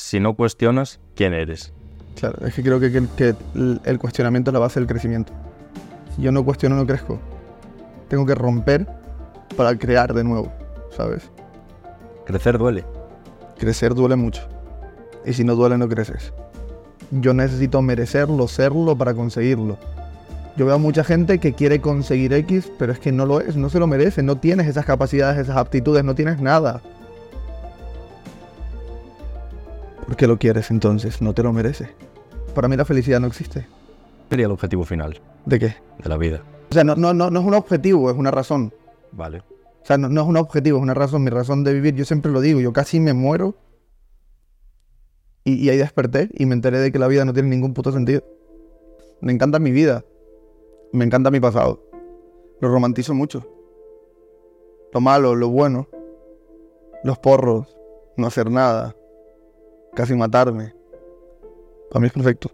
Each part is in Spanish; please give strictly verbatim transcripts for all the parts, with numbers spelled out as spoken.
si no cuestionas, ¿quién eres? Claro, es que creo que, que, que el cuestionamiento es la base del crecimiento. Si yo no cuestiono, no crezco. Tengo que romper para crear de nuevo, ¿sabes? Crecer duele. Crecer duele mucho. Y si no duele, no creces. Yo necesito merecerlo, serlo para conseguirlo. Yo veo a mucha gente que quiere conseguir X, pero es que no lo es, no se lo merece. No tienes esas capacidades, esas aptitudes, no tienes nada. ¿Por qué lo quieres entonces? No te lo mereces. Para mí la felicidad no existe. ¿Qué sería el objetivo final? ¿De qué? De la vida. O sea, no, no, no, no es un objetivo, es una razón. Vale. O sea, no, no es un objetivo, es una razón. Mi razón de vivir, yo siempre lo digo, yo casi me muero. Y, y ahí desperté y me enteré de que la vida no tiene ningún puto sentido. Me encanta mi vida. Me encanta mi pasado. Lo romantizo mucho. Lo malo, lo bueno. Los porros. No hacer nada. Casi matarme. Para mí es perfecto.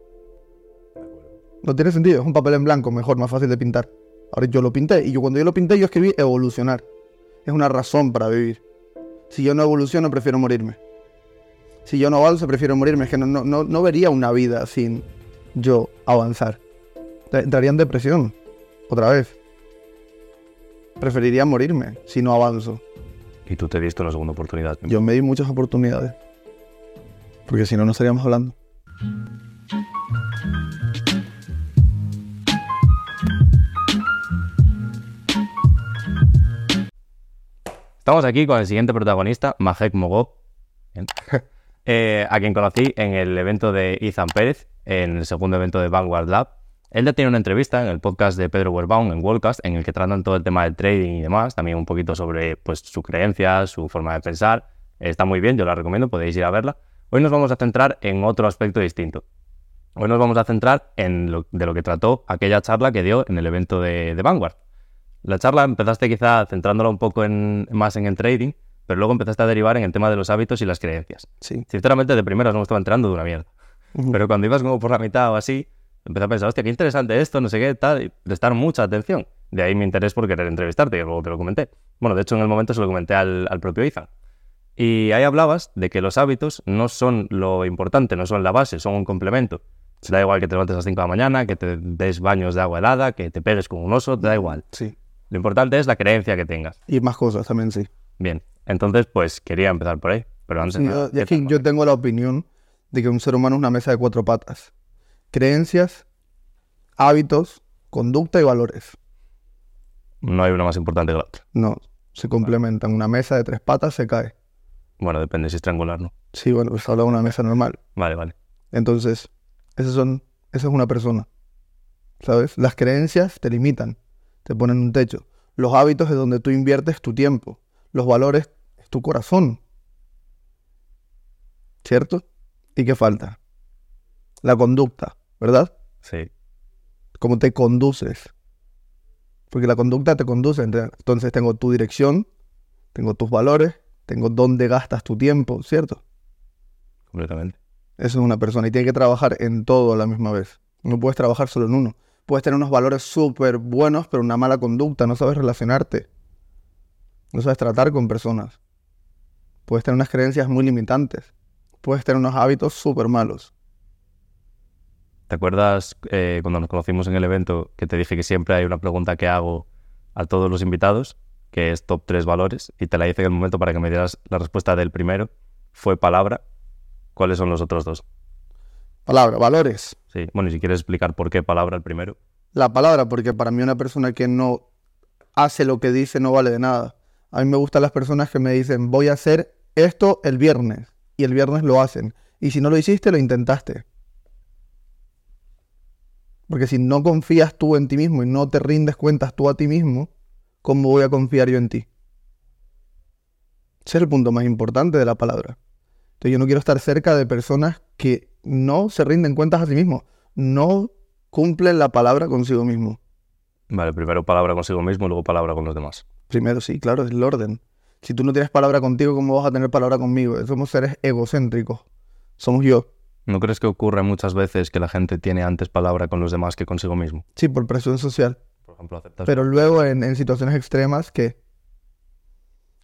No tiene sentido. Es un papel en blanco, mejor, más fácil de pintar. Ahora yo lo pinté. Y yo cuando yo lo pinté, yo escribí evolucionar. Es una razón para vivir. Si yo no evoluciono, prefiero morirme. Si yo no avanzo, prefiero morirme. Es que no, no, no, no vería una vida sin yo avanzar. Entraría en depresión. Otra vez. Preferiría morirme si no avanzo. Y tú te diste una segunda oportunidad. Yo me di muchas oportunidades. Porque si no, no estaríamos hablando. Estamos aquí con el siguiente protagonista, Mahek Mogop, eh, a quien conocí en el evento de Ethan Pérez, en el segundo evento de Vanguard Lab. Él ya tiene una entrevista en el podcast de Pedro Werbaum, en Worldcast, en el que tratan todo el tema del trading y demás, también un poquito sobre pues, su creencia, su forma de pensar. Eh, está muy bien, yo la recomiendo, podéis ir a verla. Hoy nos vamos a centrar en otro aspecto distinto. Hoy nos vamos a centrar en lo, de lo que trató aquella charla que dio en el evento de, de Vanguard. La charla empezaste quizá centrándola un poco en, más en el trading, pero luego empezaste a derivar en el tema de los hábitos y las creencias. Sí. Sinceramente, de primeras no me estaba enterando de una mierda. Uh-huh. Pero cuando ibas como por la mitad o así, empecé a pensar, hostia, qué interesante esto, no sé qué, tal, y prestar mucha atención. De ahí mi interés por querer entrevistarte, y luego te lo comenté. Bueno, de hecho, en el momento se lo comenté al, al propio Ethan. Y ahí hablabas de que los hábitos no son lo importante, no son la base, son un complemento. Se da igual que te levantes a las cinco de la mañana, que te des baños de agua helada, que te pegues con un oso, te da igual. Sí. Lo importante es la creencia que tengas. Y más cosas también, sí. Bien, entonces pues quería empezar por ahí. Pero antes Sí, nada, yo, es que yo tengo la opinión de que un ser humano es una mesa de cuatro patas. Creencias, hábitos, conducta y valores. No hay una más importante que la otra. No, se complementan. Una mesa de tres patas se cae. Bueno, depende si es triangular, ¿no? Sí, bueno, pues habla de una mesa normal. Vale, vale. Entonces, esas son, esa es una persona. ¿Sabes? Las creencias te limitan, te ponen un techo. Los hábitos es donde tú inviertes tu tiempo. Los valores es tu corazón. ¿Cierto? ¿Y qué falta? La conducta, ¿verdad? Sí. Cómo te conduces. Porque la conducta te conduce. Entonces tengo tu dirección, tengo tus valores, tengo dónde gastas tu tiempo, ¿cierto? Completamente. Eso es una persona y tiene que trabajar en todo a la misma vez. No puedes trabajar solo en uno. Puedes tener unos valores súper buenos, pero una mala conducta. No sabes relacionarte. No sabes tratar con personas. Puedes tener unas creencias muy limitantes. Puedes tener unos hábitos súper malos. ¿Te acuerdas eh, cuando nos conocimos en el evento que te dije que siempre hay una pregunta que hago a todos los invitados, que es top tres valores, y te la hice en el momento para que me dieras la respuesta del primero? Fue palabra. ¿Cuáles son los otros dos? Palabra, valores. Sí, bueno, y si quieres explicar por qué palabra el primero. La palabra, porque para mí una persona que no hace lo que dice no vale de nada. A mí me gustan las personas que me dicen, voy a hacer esto el viernes, y el viernes lo hacen. Y si no lo hiciste, lo intentaste. Porque si no confías tú en ti mismo y no te rindes cuentas tú a ti mismo, ¿cómo voy a confiar yo en ti? Ese es el punto más importante de la palabra. Entonces yo no quiero estar cerca de personas que no se rinden cuentas a sí mismos, no cumplen la palabra consigo mismo. Vale, primero palabra consigo mismo y luego palabra con los demás. Primero sí, claro, es el orden. Si tú no tienes palabra contigo, ¿cómo vas a tener palabra conmigo? Somos seres egocéntricos. Somos yo. ¿No crees que ocurre muchas veces que la gente tiene antes palabra con los demás que consigo mismo? Sí, por presión social. Por ejemplo, aceptas... Pero luego en, en situaciones extremas que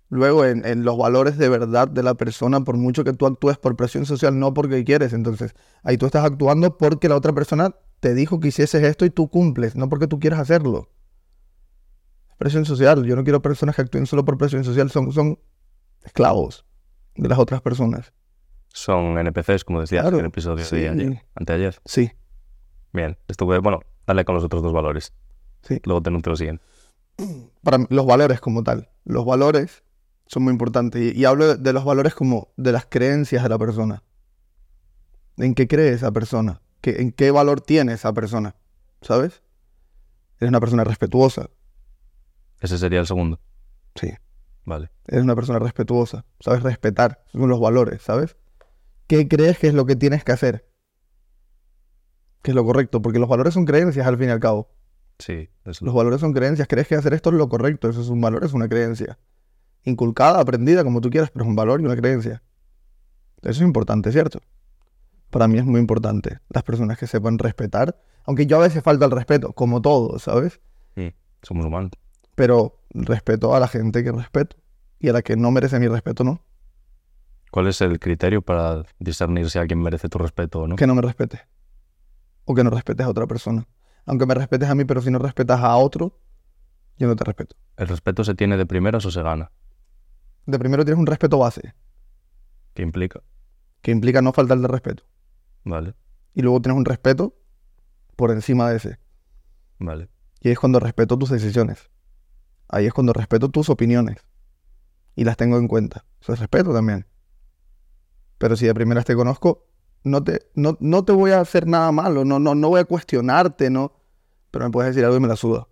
luego en, en los valores de verdad de la persona, por mucho que tú actúes por presión social, no porque quieres. Entonces, ahí tú estás actuando porque la otra persona te dijo que hicieses esto y tú cumples, no porque tú quieras hacerlo. Presión social. Yo no quiero personas que actúen solo por presión social. Son, son esclavos de las otras personas. Son N P Cs, como decías Claro, en el episodio sí. de ayer, anteayer. Sí, Bien, estuve, bueno, dale con los otros dos valores. sí. Luego te nutro lo siguiente. Para mí, los valores como tal. Los valores son muy importantes. Y, y hablo de, de los valores como de las creencias de la persona. ¿En qué cree esa persona? ¿Qué, ¿En qué valor tiene esa persona? ¿Sabes? Eres una persona respetuosa. Ese sería el segundo. Sí. Vale. Eres una persona respetuosa. Sabes respetar. Son los valores, ¿sabes? ¿Qué crees que es lo que tienes que hacer? Que es lo correcto. Porque los valores son creencias al fin y al cabo. Sí, eso. Los valores son creencias. ¿Crees que hacer esto es lo correcto? Eso es un valor, es una creencia. Inculcada, aprendida, como tú quieras, pero es un valor y una creencia. Eso es importante, ¿cierto? Para mí es muy importante. Las personas que sepan respetar. Aunque yo a veces falta el respeto, como todo, ¿sabes? Mm, somos humanos. Pero respeto a la gente que respeto. Y a la que no merece mi respeto, no. ¿Cuál es el criterio para discernir si alguien merece tu respeto o no? Que no me respetes. O que no respetes a otra persona. Aunque me respetes a mí, pero si no respetas a otro, yo no te respeto. ¿El respeto se tiene de primeras o se gana? De primero tienes un respeto base, ¿Qué implica? que implica no faltar de respeto. Vale, Y luego tienes un respeto por encima de ese. vale. Y ahí es cuando respeto tus decisiones. Ahí es cuando respeto tus opiniones. Y las tengo en cuenta. Eso es respeto también. Pero si de primeras te conozco, no te, no, no te voy a hacer nada malo. No, no, no voy a cuestionarte, no. Pero me puedes decir algo y me la suda.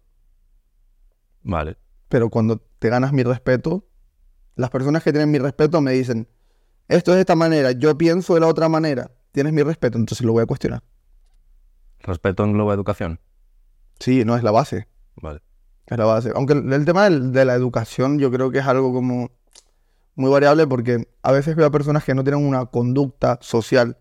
Vale. Pero cuando te ganas mi respeto, las personas que tienen mi respeto me dicen, esto es de esta manera, yo pienso de la otra manera. Tienes mi respeto, entonces lo voy a cuestionar. ¿Respeto engloba educación? Sí, no, es la base. Vale. Es la base. Aunque el, el tema del- de la educación yo creo que es algo como muy variable porque a veces veo a personas que no tienen una conducta social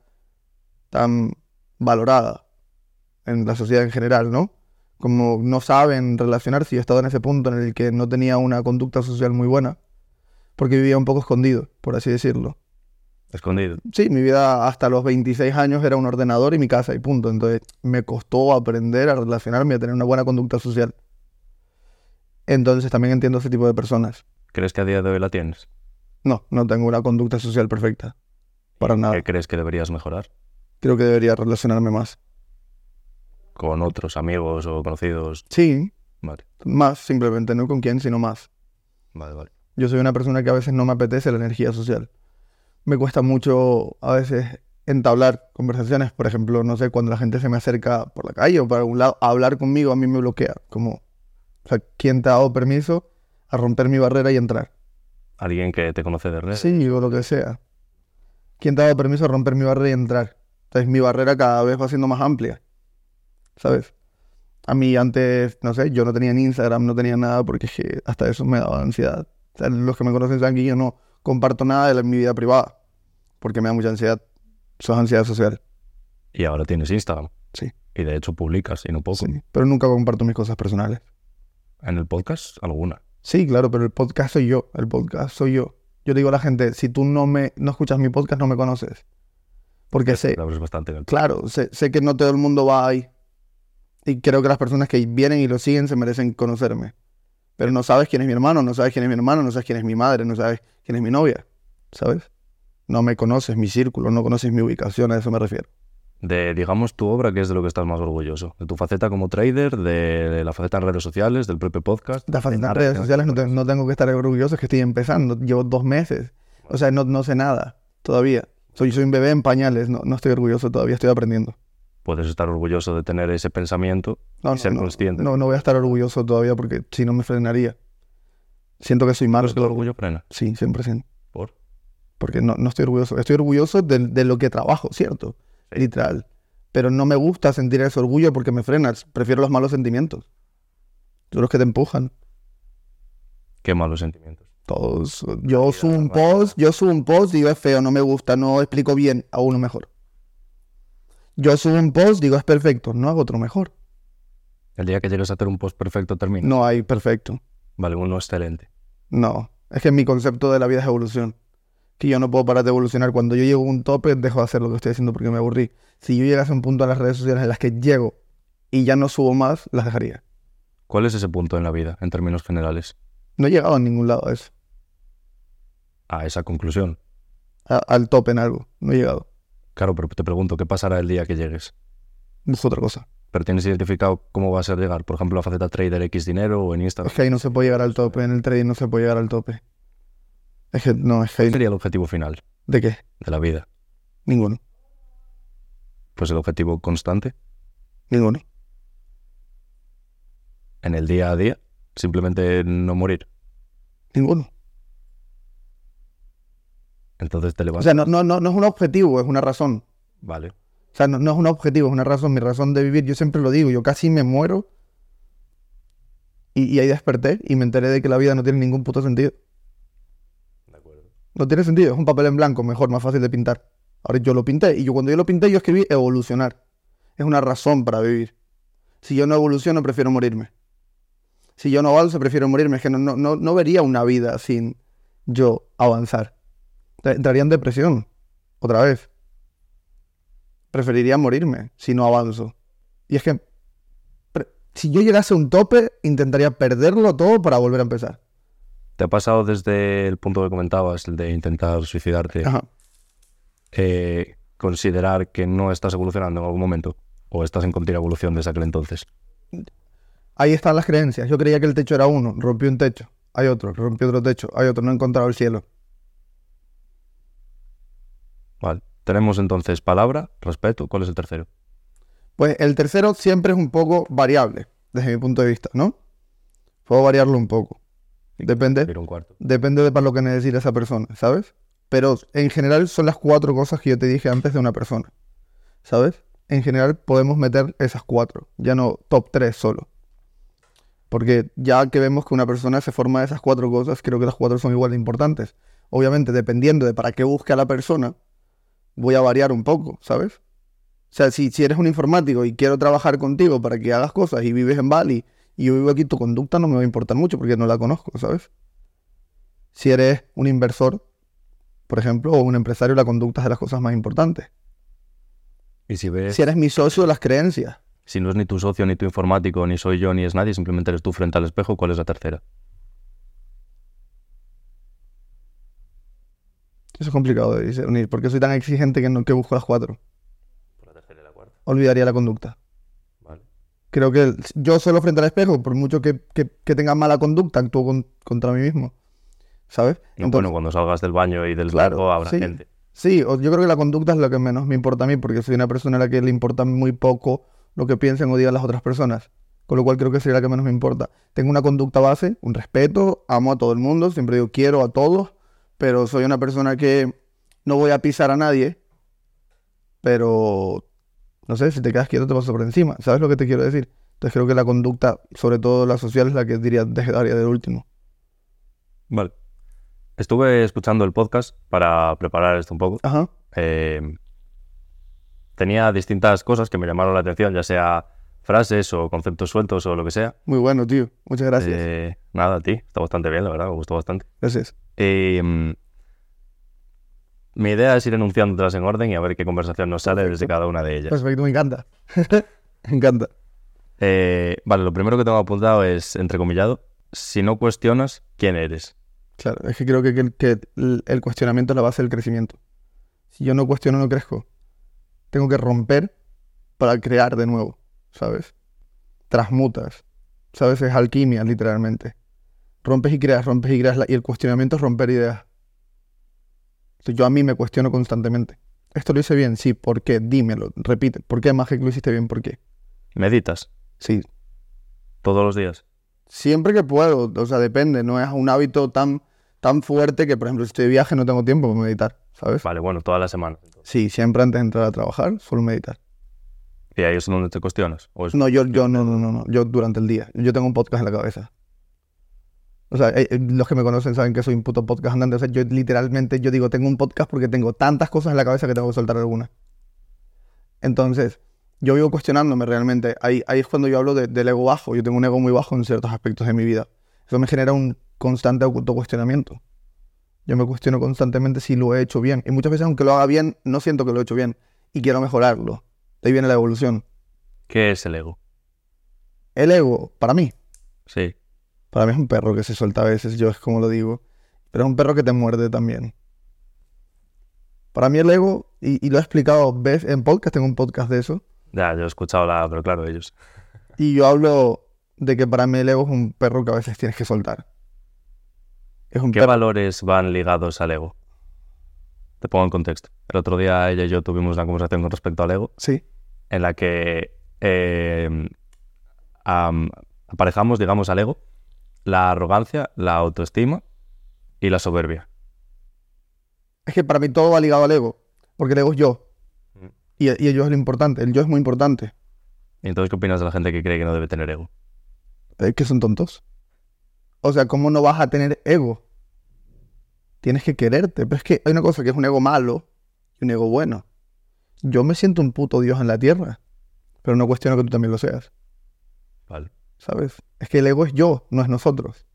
tan valorada en la sociedad en general, ¿no? Como no saben relacionarse. Yo he estado en ese punto en el que no tenía una conducta social muy buena porque vivía un poco escondido, por así decirlo. Escondido. Sí, mi vida hasta los veintiséis años era un ordenador y mi casa y punto. Entonces me costó aprender a relacionarme y a tener una buena conducta social. Entonces también entiendo ese tipo de personas. ¿Crees que a día de hoy la tienes? No, no tengo una conducta social perfecta. Para nada. ¿Qué crees que deberías mejorar? Creo que debería relacionarme más. ¿Con otros amigos o conocidos? Sí, Vale, más simplemente, no con quién, sino más. vale, vale. Yo soy una persona que a veces no me apetece la energía social. Me cuesta mucho a veces entablar conversaciones. Por ejemplo, no sé, cuando la gente se me acerca por la calle o para algún lado a hablar conmigo, a mí me bloquea. Como, o sea, ¿quién te ha dado permiso a romper mi barrera y entrar? ¿Alguien que te conoce de redes? Sí, o lo que sea. ¿Quién te ha dado permiso a romper mi barrera y entrar? Entonces mi barrera cada vez va siendo más amplia. ¿Sabes? A mí antes, no sé, yo no tenía ni Instagram, no tenía nada porque es que hasta eso me daba ansiedad. O sea, los que me conocen saben que yo no comparto nada de la- mi vida privada porque me da mucha ansiedad. Eso es ansiedad social. Y ahora tienes Instagram. Sí, Y de hecho publicas, y no poco. sí. Pero nunca comparto mis cosas personales. En el podcast, alguna. Sí, claro, pero el podcast soy yo. El podcast soy yo. Yo le digo a la gente, si tú no me no escuchas mi podcast, no me conoces. Porque sé, Te abres bastante en el claro, sé, sé que no todo el mundo va ahí. Y creo que las personas que vienen y lo siguen se merecen conocerme. Pero no sabes quién es mi hermano, no sabes quién es mi hermano, no sabes quién es mi madre, no sabes quién es mi novia. ¿Sabes? No me conoces mi círculo, no conoces mi ubicación, a eso me refiero. De, digamos, tu obra, ¿qué es de lo que estás más orgulloso? ¿De tu faceta como trader, de la faceta en redes sociales, del propio podcast? Las De nada, redes ¿no? sociales no, te- no tengo que estar orgulloso, es que estoy empezando, llevo dos meses. O sea, no, no sé nada todavía. Soy, soy un bebé en pañales, no, no estoy orgulloso todavía, estoy aprendiendo. Puedes estar orgulloso de tener ese pensamiento No, y no, ser no, consciente. no, no voy a estar orgulloso todavía porque si no me frenaría. Siento que soy malo. ¿Pero que el orgullo frena? Sí, cien por ciento. ¿Por? Porque no, no estoy orgulloso. Estoy orgulloso de, de lo que trabajo, ¿cierto? Sí. Literal. Pero no me gusta sentir ese orgullo porque me frenas. Prefiero los malos sentimientos. Son los que te empujan. Qué malos sentimientos. Todos. Yo subo un post, yo subo un post, digo es feo, no me gusta, no explico bien, a uno mejor. Yo subo un post, digo es perfecto, no hago otro mejor. El día que llegues a hacer un post perfecto termina. No hay perfecto. Vale, uno excelente. No. Es que mi concepto de la vida es evolución. Que yo no puedo parar de evolucionar. Cuando yo llego a un tope, dejo de hacer lo que estoy haciendo porque me aburrí. Si yo llegase a un punto en las redes sociales en las que llego y ya no subo más, las dejaría. ¿Cuál es ese punto en la vida, en términos generales? No he llegado a ningún lado a eso. A esa conclusión. A- al tope en algo. No he llegado. Claro, pero te pregunto, ¿qué pasará el día que llegues? Es otra cosa. ¿Pero tienes identificado cómo va a ser llegar? Por ejemplo, la faceta trader X dinero o en Instagram. Es que ahí no se puede llegar al tope. En el trading no se puede llegar al tope. Es que no, es que ¿Cuál ahí... sería el objetivo final ¿De qué? de la vida? Ninguno. Pues el objetivo constante Ninguno. en el día a día, simplemente no morir. Ninguno. Entonces te O levantas. sea, no, no, no, no es un objetivo, es una razón. Vale. O sea, no, no es un objetivo, es una razón. Mi razón de vivir, yo siempre lo digo, yo casi me muero y, y ahí desperté y me enteré de que la vida no tiene ningún puto sentido. De acuerdo. No tiene sentido, es un papel en blanco, mejor, más fácil de pintar. Ahora yo lo pinté y yo cuando yo lo pinté yo escribí evolucionar. Es una razón para vivir. Si yo no evoluciono, prefiero morirme. Si yo no avanzo, prefiero morirme. Es que no, no, no, no vería una vida sin yo avanzar. Entraría en depresión, otra vez. Preferiría morirme si no avanzo. Y es que pre- si yo llegase a un tope, intentaría perderlo todo para volver a empezar. ¿Te ha pasado desde el punto que comentabas, el de intentar suicidarte, Ajá. eh, considerar que no estás evolucionando en algún momento? ¿O estás en continua evolución desde aquel entonces? Ahí están las creencias. Yo creía que el techo era uno, rompí un techo. Hay otro, rompí otro techo. Hay otro, no he encontrado el cielo. Vale. Tenemos entonces palabra, respeto. ¿Cuál es el tercero? Pues el tercero siempre es un poco variable, desde mi punto de vista, ¿no? Puedo variarlo un poco. Depende, Ir un cuarto. depende de para lo que necesite esa persona, ¿sabes? Pero en general son las cuatro cosas que yo te dije antes de una persona, ¿sabes? En general podemos meter esas cuatro, ya no top tres solo. Porque ya que vemos que una persona se forma de esas cuatro cosas, creo que las cuatro son igual de importantes. Obviamente, dependiendo de para qué busque a la persona, voy a variar un poco, ¿sabes? O sea, si, si eres un informático y quiero trabajar contigo para que hagas cosas y vives en Bali y yo vivo aquí, tu conducta no me va a importar mucho porque no la conozco, ¿sabes? Si eres un inversor, por ejemplo, o un empresario, la conducta es de las cosas más importantes. Y si ves, Si eres mi socio, las creencias. si no es ni tu socio, ni tu informático, ni soy yo, ni es nadie, simplemente eres tú frente al espejo, ¿cuál es la tercera? Eso es complicado de discernir, porque soy tan exigente que, no, que busco las cuatro. Por la tercera y la cuarta. Olvidaría la conducta. Vale. Creo que el- yo solo frente al espejo, por mucho que, que, que tenga mala conducta, actúo con- contra mí mismo. ¿Sabes? No, bueno, cuando salgas del baño y del Claro, espejo habrá sí. gente. Sí, o- yo creo que la conducta es lo que menos me importa a mí, porque soy una persona a la que le importa muy poco lo que piensen o digan las otras personas. Con lo cual creo que sería la que menos me importa. Tengo una conducta base, un respeto, amo a todo el mundo, siempre digo quiero a todos, pero soy una persona que no voy a pisar a nadie, pero no sé, si te quedas quieto te paso por encima. ¿Sabes lo que te quiero decir? Entonces creo que la conducta, sobre todo la social, es la que diría dejaría del último. Vale. Estuve escuchando el podcast para preparar esto un poco. Ajá. Eh, tenía distintas cosas que me llamaron la atención, ya sea frases o conceptos sueltos o lo que sea. Muy bueno, tío. Muchas gracias. Eh, nada, a ti. Está bastante bien, la verdad. Me gustó bastante. Gracias. Y, mm, mi idea es ir enunciándolas en orden y a ver qué conversación nos sale desde cada una de ellas. Perfecto, me encanta. Me encanta. Eh, vale, lo primero que tengo apuntado es, entrecomillado, si no cuestionas, ¿quién eres? Claro, es que creo que, que- que el el cuestionamiento es la base del crecimiento. Si yo no cuestiono, no crezco. Tengo que romper para crear de nuevo, ¿sabes? Transmutas, ¿sabes? Es alquimia, literalmente. Rompes y creas, rompes y creas, la- y el cuestionamiento es romper ideas. Entonces, yo a mí me cuestiono constantemente. ¿Esto lo hice bien? Sí. ¿Por qué? Dímelo, repite. ¿Por qué, Magic, lo hiciste bien? ¿Por qué? ¿Meditas Sí. todos los días? Siempre que puedo, o sea, depende. No es un hábito tan, tan fuerte que, por ejemplo, si estoy de viaje no tengo tiempo para meditar, ¿sabes? Vale, bueno, todas las semanas. entonces. Sí, siempre antes de entrar a trabajar, solo meditar. ¿Y ahí es donde te cuestionas? ¿O es- No, yo, yo no, no, no, no. Yo durante el día. Yo tengo un podcast en la cabeza. O sea, eh, eh, los que me conocen saben que soy un puto podcast andante. O sea, yo literalmente, yo digo, tengo un podcast porque tengo tantas cosas en la cabeza que tengo que soltar alguna. Entonces, yo vivo cuestionándome realmente. Ahí, ahí es cuando yo hablo de- del ego bajo. Yo tengo un ego muy bajo en ciertos aspectos de mi vida. Eso me genera un constante autocuestionamiento. Yo me cuestiono constantemente si lo he hecho bien. Y muchas veces, aunque lo haga bien, no siento que lo he hecho bien. Y quiero mejorarlo. De ahí viene la evolución. ¿Qué es el ego? El ego, para mí, Sí. para mí es un perro que se suelta a veces, yo es como lo digo. Pero es un perro que te muerde también. Para mí el ego, y, y lo he explicado ves en podcast, tengo un podcast de eso. Ya, yo he escuchado la... Pero claro, ellos. Y yo hablo de que para mí el ego es un perro que a veces tienes que soltar. Es un ¿Qué perro. valores van ligados al ego? Te pongo en contexto. El otro día ella y yo tuvimos una conversación con respecto al ego Sí. en la que eh, am- aparejamos, digamos, al ego la arrogancia, la autoestima y la soberbia. Es que para mí todo va ligado al ego. Porque el ego es yo. Mm. Y, y el yo es lo importante. El yo es muy importante. ¿Y entonces qué opinas de la gente que cree que no debe tener ego? Es que son tontos. O sea, ¿cómo no vas a tener ego? Tienes que quererte. Pero es que hay una cosa que es un ego malo y un ego bueno. Yo me siento un puto Dios en la tierra. Pero no cuestiono que tú también lo seas. Vale. ¿Sabes? Es que el ego es yo, no es nosotros.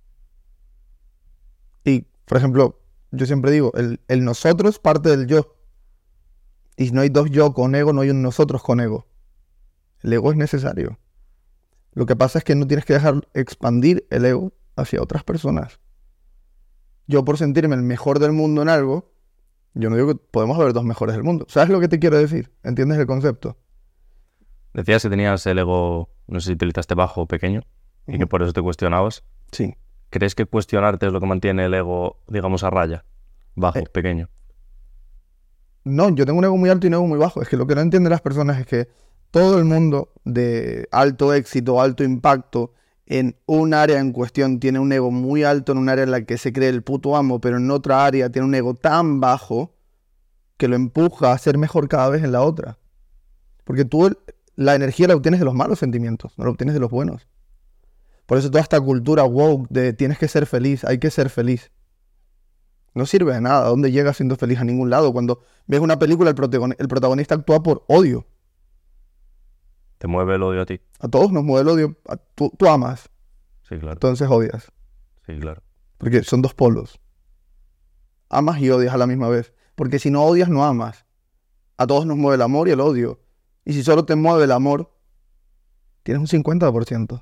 Y, por ejemplo, yo siempre digo, el, el nosotros parte del yo. Y si no hay dos yo con ego, no hay un nosotros con ego. El ego es necesario. Lo que pasa es que no tienes que dejar expandir el ego hacia otras personas. Yo por sentirme el mejor del mundo en algo, yo no digo que podemos haber dos mejores del mundo. ¿Sabes lo que te quiero decir? ¿Entiendes el concepto? Decías que tenías el ego, no sé si utilizaste bajo o pequeño, y que Ujú. por eso te cuestionabas. Sí. ¿Crees que cuestionarte es lo que mantiene el ego, digamos, a raya? Bajo, Eh. pequeño. No, yo tengo un ego muy alto y un ego muy bajo. Es que lo que no entienden las personas es que todo el mundo de alto éxito, alto impacto, en un área en cuestión tiene un ego muy alto en un área en la que se cree el puto amo, pero en otra área tiene un ego tan bajo que lo empuja a ser mejor cada vez en la otra. Porque tú el- la energía la obtienes de los malos sentimientos, no la obtienes de los buenos. Por eso toda esta cultura woke de tienes que ser feliz, hay que ser feliz. No sirve de nada. ¿A dónde llegas siendo feliz? A ningún lado. Cuando ves una película, el, protagon- el protagonista actúa por odio. ¿Te mueve el odio a ti? A todos nos mueve el odio. A- tú, tú amas, Sí, claro. entonces odias. Sí, claro. Porque son dos polos. Amas y odias a la misma vez. Porque si no odias, no amas. A todos nos mueve el amor y el odio. Y si solo te mueve el amor, tienes un cincuenta por ciento.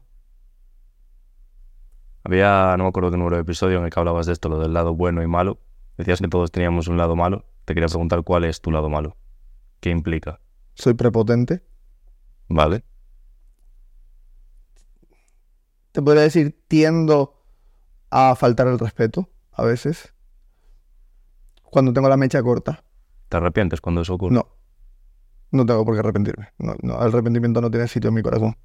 Había, no me acuerdo qué número de episodio en el que hablabas de esto, lo del lado bueno y malo. Decías que todos teníamos un lado malo. Te quería preguntar cuál es tu lado malo. ¿Qué implica? Soy prepotente. Vale. Te podría decir, tiendo a faltar el respeto a veces. Cuando tengo la mecha corta. ¿Te arrepientes cuando eso ocurre? No. No tengo por qué arrepentirme. No, no, el arrepentimiento no tiene sitio en mi corazón.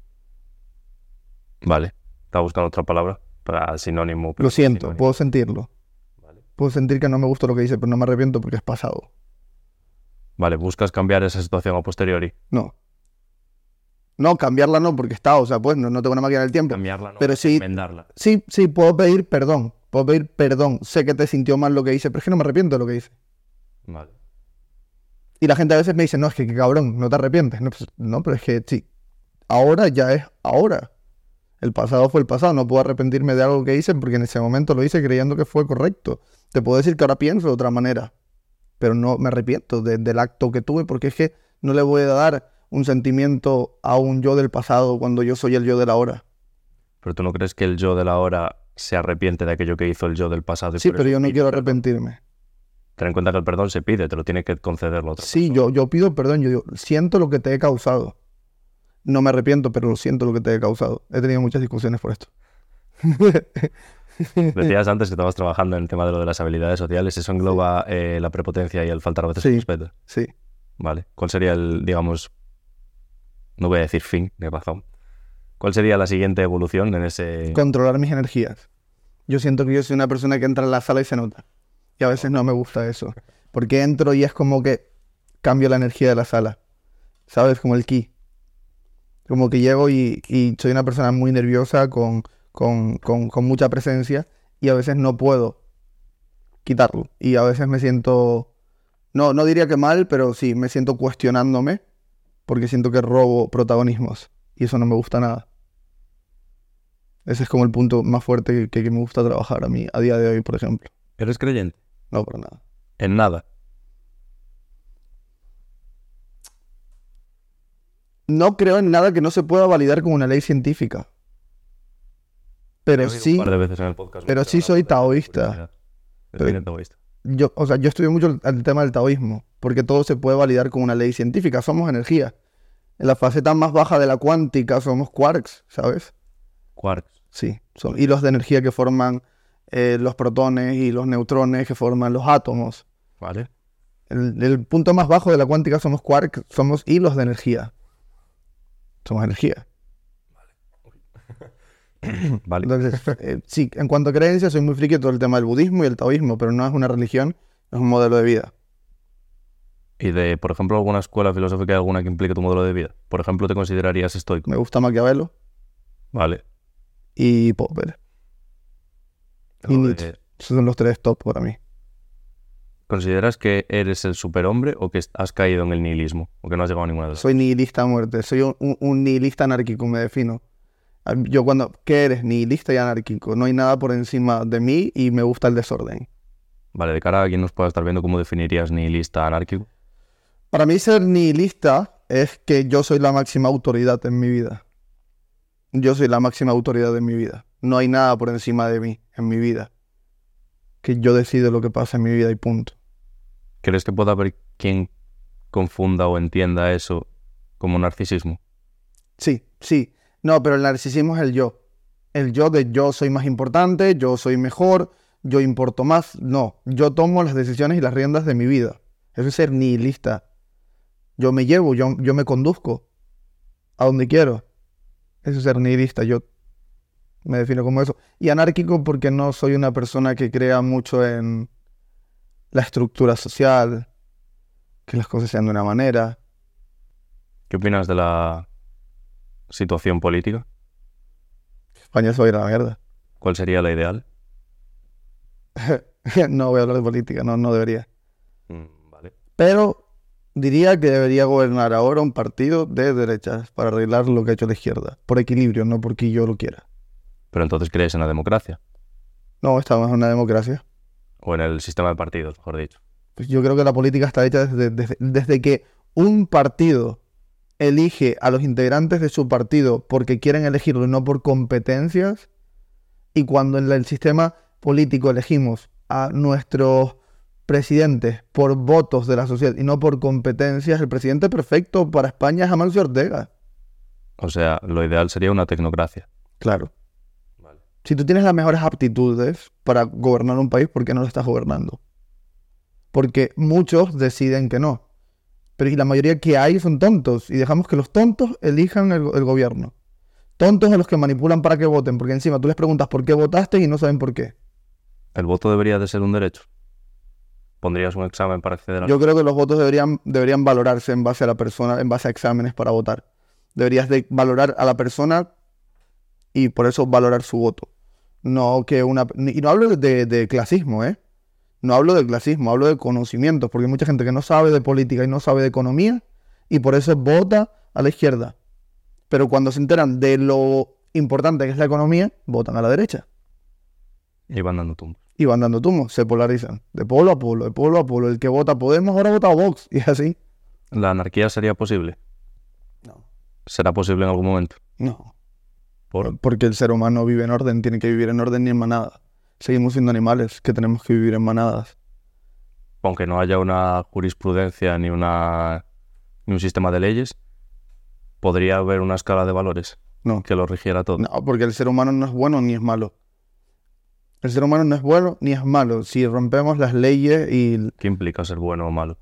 Vale. Estaba buscando otra palabra para sinónimo. pero Lo siento, sinónimo. puedo sentirlo. Vale. Puedo sentir que no me gusta lo que hice, pero no me arrepiento porque es pasado. Vale, ¿buscas cambiar esa situación a posteriori? No. No, cambiarla no, porque está, o sea, pues no, no tengo una máquina del tiempo. Cambiarla, no. Pero sí, Enmendarla. sí, sí, puedo pedir perdón. Puedo pedir perdón. Sé que te sintió mal lo que hice, pero es que no me arrepiento de lo que hice. Vale. Y la gente a veces me dice, no, es que qué cabrón, no te arrepientes. No, pues, no, pero es que sí. Ahora ya es ahora. El pasado fue el pasado. No puedo arrepentirme de algo que hice porque en ese momento lo hice creyendo que fue correcto. Te puedo decir que ahora pienso de otra manera. Pero no me arrepiento de- del acto que tuve porque es que no le voy a dar un sentimiento a un yo del pasado cuando yo soy el yo de la hora. ¿Pero tú no crees que el yo de la hora se arrepiente de aquello que hizo el yo del pasado? y Sí, por pero eso yo no pide quiero perdón? arrepentirme. Ten en cuenta que el perdón se pide, te lo tiene que conceder la otra Sí, yo, yo pido perdón. Yo digo, siento lo que te he causado. No me arrepiento, pero lo siento lo que te he causado. He tenido muchas discusiones por esto. Decías antes que estabas trabajando en el tema de lo de las habilidades sociales. Eso engloba eh, la prepotencia y el faltar a veces Sí. el respeto. Sí. Vale. ¿Cuál sería el, digamos, no voy a decir fin, de razón? ¿Cuál sería la siguiente evolución en ese...? Controlar mis energías. Yo siento que yo soy una persona que entra en la sala y se nota. Y a veces no me gusta eso. Porque entro y es como que cambio la energía de la sala. ¿Sabes? Como el ki. Como que llego y, y soy una persona muy nerviosa, con, con, con, con mucha presencia, y a veces no puedo quitarlo. Y a veces me siento, no, no diría que mal, pero sí, me siento cuestionándome, porque siento que robo protagonismos. Y eso no me gusta nada. Ese es como el punto más fuerte que, que me gusta trabajar a mí a día de hoy, por ejemplo. ¿Eres creyente? No, para nada. En nada. No creo en nada que no se pueda validar con una ley científica. Pero He oído sí, un par de veces en el podcast, pero ¿no? sí Hablar soy de la taoísta. curiosidad. Define taoísta. Yo, o sea, yo estudio mucho el, el tema del taoísmo, porque todo se puede validar con una ley científica. Somos energía. En la faceta más baja de la cuántica somos quarks, ¿sabes? Quarks. Sí, son hilos de energía que forman eh, los protones y los neutrones que forman los átomos. Vale. El, el punto más bajo de la cuántica somos quarks, somos hilos de energía. Somos energía. Vale. Entonces, eh, sí, en cuanto a creencias, soy muy friki de todo el tema del budismo y el taoísmo, pero no es una religión, es un modelo de vida. Y de, por ejemplo, alguna escuela filosófica, alguna que implique tu modelo de vida. Por ejemplo, ¿te considerarías estoico? Me gusta Maquiavelo Vale. y Popper. Y Lo de- Nietzsche. Esos son los tres top para mí. ¿Consideras que eres el superhombre o que has caído en el nihilismo? ¿O que no has llegado a ninguna de las dos? Soy nihilista a muerte, soy un, un- un nihilista anárquico, me defino. Ah, Yo cuando, ¿qué eres? Nihilista y anárquico. No hay nada por encima de mí y me gusta el desorden. Vale, de cara a quien nos pueda estar viendo, ¿cómo definirías nihilista anárquico? Para mí ser nihilista es que yo soy la máxima autoridad en mi vida. Yo soy la máxima autoridad en mi vida. No hay nada por encima de mí en mi vida. Que yo decido lo que pasa en mi vida y punto. ¿Crees que pueda haber quien confunda o entienda eso como narcisismo? Sí, sí. No, pero el narcisismo es el yo. El yo de yo soy más importante, yo soy mejor, yo importo más. No, yo tomo las decisiones y las riendas de mi vida. Eso es ser nihilista. Yo me llevo, yo, yo me conduzco a donde quiero. Eso es ser nihilista. Yo me defino como eso. Y anárquico porque no soy una persona que crea mucho en la estructura social, que las cosas sean de una manera. ¿Qué opinas de la situación política? España se va a ir a la mierda. ¿Cuál sería la ideal? No voy a hablar de política, no, no debería. Mm, vale. Pero diría que debería gobernar ahora un partido de derechas para arreglar lo que ha hecho la izquierda. Por equilibrio, no porque yo lo quiera. Pero entonces crees en la democracia No, estamos en una democracia. o en el sistema de partidos, mejor dicho. Pues yo creo que la política está hecha desde, desde, desde que un partido elige a los integrantes de su partido porque quieren elegirlo y no por competencias. Y cuando en el sistema político elegimos a nuestros presidentes por votos de la sociedad y no por competencias, el presidente perfecto para España es Amancio Ortega. O sea, lo ideal sería una tecnocracia. Claro. Vale. Si tú tienes las mejores aptitudes para gobernar un país, ¿por qué no lo estás gobernando? Porque muchos deciden que no. Pero y la mayoría que hay son tontos. Y dejamos que los tontos elijan el, el gobierno. Tontos a los que manipulan para que voten. Porque encima tú les preguntas por qué votaste y no saben por qué. ¿El voto debería de ser un derecho? ¿Pondrías un examen para acceder a...? Yo creo que los votos deberían, deberían valorarse en base a la persona, en base a exámenes para votar. Deberías de valorar a la persona y por eso valorar su voto. No que una... Y no hablo de, de clasismo, ¿eh? No hablo de clasismo, hablo de conocimientos, porque hay mucha gente que no sabe de política y no sabe de economía y por eso vota a la izquierda. Pero cuando se enteran de lo importante que es la economía, votan a la derecha. Y van dando tumbos. Y van dando tumos, se polarizan. De polo a polo, de polo a polo. El que vota Podemos ahora vota a Vox. Y así. ¿La anarquía sería posible? No. ¿Será posible en algún momento? No. ¿Por? Porque el ser humano vive en orden, tiene que vivir en orden y en manada. Seguimos siendo animales que tenemos que vivir en manadas. Aunque no haya una jurisprudencia ni una ni un sistema de leyes, podría haber una escala de valores No. que lo rigiera todo. No, porque el ser humano no es bueno ni es malo. El ser humano no es bueno ni es malo. Si rompemos las leyes y el ¿Qué implica ser bueno o malo?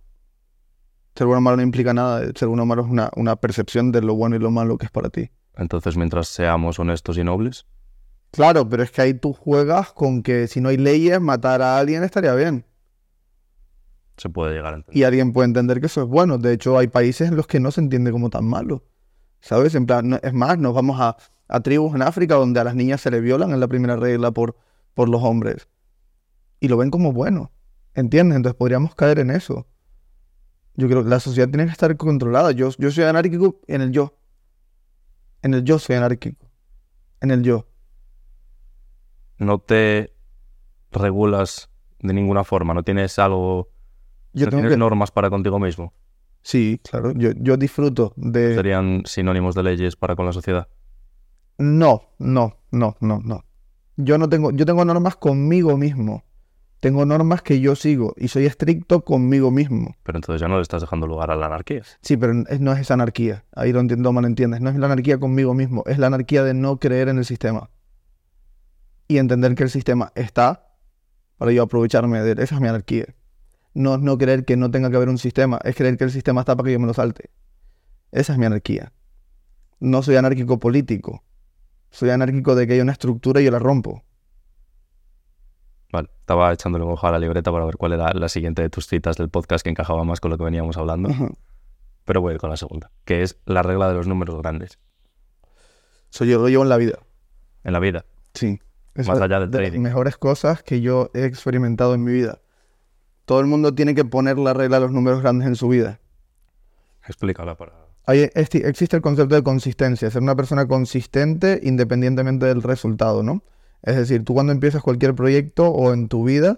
ser bueno o malo no implica nada. El ser bueno o malo es una, una percepción de lo bueno y lo malo que es para ti. Entonces, mientras seamos honestos y nobles, Claro, pero es que ahí tú juegas con que si no hay leyes, matar a alguien estaría bien. se puede llegar a entender. Y alguien puede entender que eso es bueno. De hecho, hay países en los que no se entiende como tan malo. ¿Sabes? En plan, no- es más, nos vamos a, a tribus en África donde a las niñas se les violan en la primera regla por, por los hombres. Y lo ven como bueno. ¿Entiendes? Entonces podríamos caer en eso. Yo creo que la sociedad tiene que estar controlada. Yo, yo soy anárquico en el yo. En el yo soy anárquico. En el yo. no te regulas de ninguna forma, no tienes algo, Yo no tengo tienes que... normas para contigo mismo. Sí, claro. Yo, yo disfruto de... Serían sinónimos de leyes para con la sociedad. No, no, no, no, no. Yo no tengo... Yo tengo normas conmigo mismo. Tengo normas que yo sigo y soy estricto conmigo mismo. Pero entonces ya no le estás dejando lugar a la anarquía. Sí, pero es- no es esa anarquía. Ahí lo entiendo, mal entiendes. No es la anarquía conmigo mismo. Es la anarquía de no creer en el sistema. Y entender que el sistema está para yo aprovecharme de él. Esa es mi anarquía. No es no creer que no tenga que haber un sistema. Es creer que el sistema está para que yo me lo salte. Esa es mi anarquía. No soy anárquico político. Soy anárquico de que hay una estructura y yo la rompo. Vale, estaba echándole un ojo a la libreta para ver cuál era la siguiente de tus citas del podcast que encajaba más con lo que veníamos hablando. Ajá. Pero voy a ir con la segunda, que es la regla de los números grandes Soy yo lo llevo en la vida. en la vida. Sí. Es Más allá del de las trading. mejores cosas que yo he experimentado en mi vida. Todo el mundo tiene que poner la regla de los números grandes en su vida. Explícala para... Hay, esti- existe el concepto de consistencia, ser una persona consistente independientemente del resultado, ¿no? Es decir, tú cuando empiezas cualquier proyecto o en tu vida,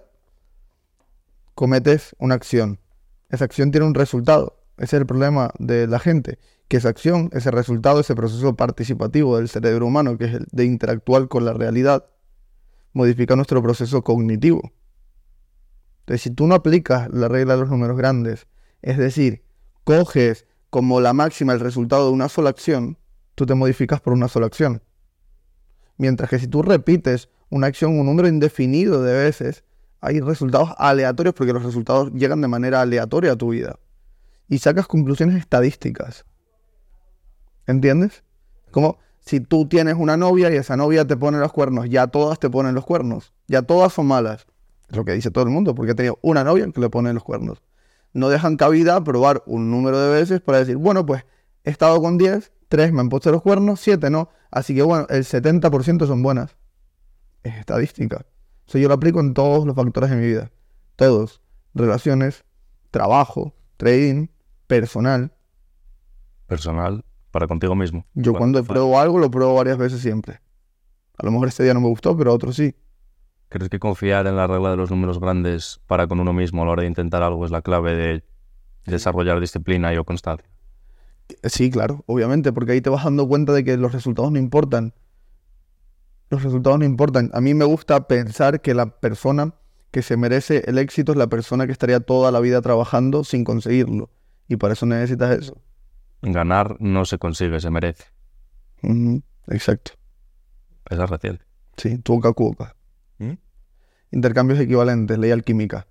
cometes una acción. Esa acción tiene un resultado. Ese es el problema de la gente, que esa acción, ese resultado, ese proceso participativo del cerebro humano, que es el de interactuar con la realidad, modifica nuestro proceso cognitivo. Entonces, si tú no aplicas la regla de los números grandes, es decir, coges como la máxima el resultado de una sola acción, tú te modificas por una sola acción. Mientras que si tú repites una acción un número indefinido de veces, hay resultados aleatorios porque los resultados llegan de manera aleatoria a tu vida. Y sacas conclusiones estadísticas. ¿Entiendes? Como si tú tienes una novia y esa novia te pone los cuernos, ya todas te ponen los cuernos. Ya todas son malas. Es lo que dice todo el mundo, porque he tenido una novia que le pone los cuernos. No dejan cabida a probar un número de veces para decir, bueno, pues he estado con diez, tres me han puesto los cuernos, siete no. Así que bueno, el setenta por ciento son buenas. Es estadística. Eso yo lo aplico en todos los factores de mi vida. Todos. Relaciones, trabajo, trading, personal. Personal, para contigo mismo. Yo Bueno, cuando vale. pruebo algo, lo pruebo varias veces siempre. A lo mejor este día no me gustó, pero otro sí. ¿Crees que confiar en la regla de los números grandes para con uno mismo a la hora de intentar algo es la clave de desarrollar disciplina y o constancia? Sí, claro, obviamente, porque ahí te vas dando cuenta de que los resultados no importan. Los resultados no importan. A mí me gusta pensar que la persona que se merece el éxito es la persona que estaría toda la vida trabajando sin conseguirlo. Y para eso necesitas eso. Ganar no se consigue, se merece. Ujú, exacto. Esa es reciente. Sí, tuoca cuoca. ¿Mm? Intercambios equivalentes, ley alquímica.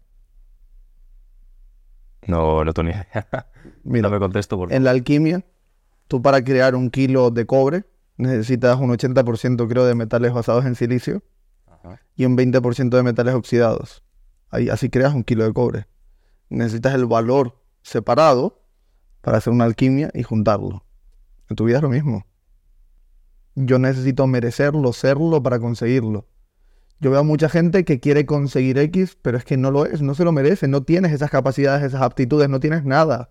No, no tengo ni idea. Mira, Dame contexto, por favor. en la alquimia, tú para crear un kilo de cobre necesitas un ochenta por ciento creo de metales basados en silicio Ajá. y un veinte por ciento de metales oxidados. Ahí, así creas un kilo de cobre. Necesitas el valor separado para hacer una alquimia y juntarlo. En tu vida es lo mismo. Yo necesito merecerlo, serlo para conseguirlo. Yo veo a mucha gente que quiere conseguir X, pero es que no lo es, no se lo merece, no tienes esas capacidades, esas aptitudes, no tienes nada.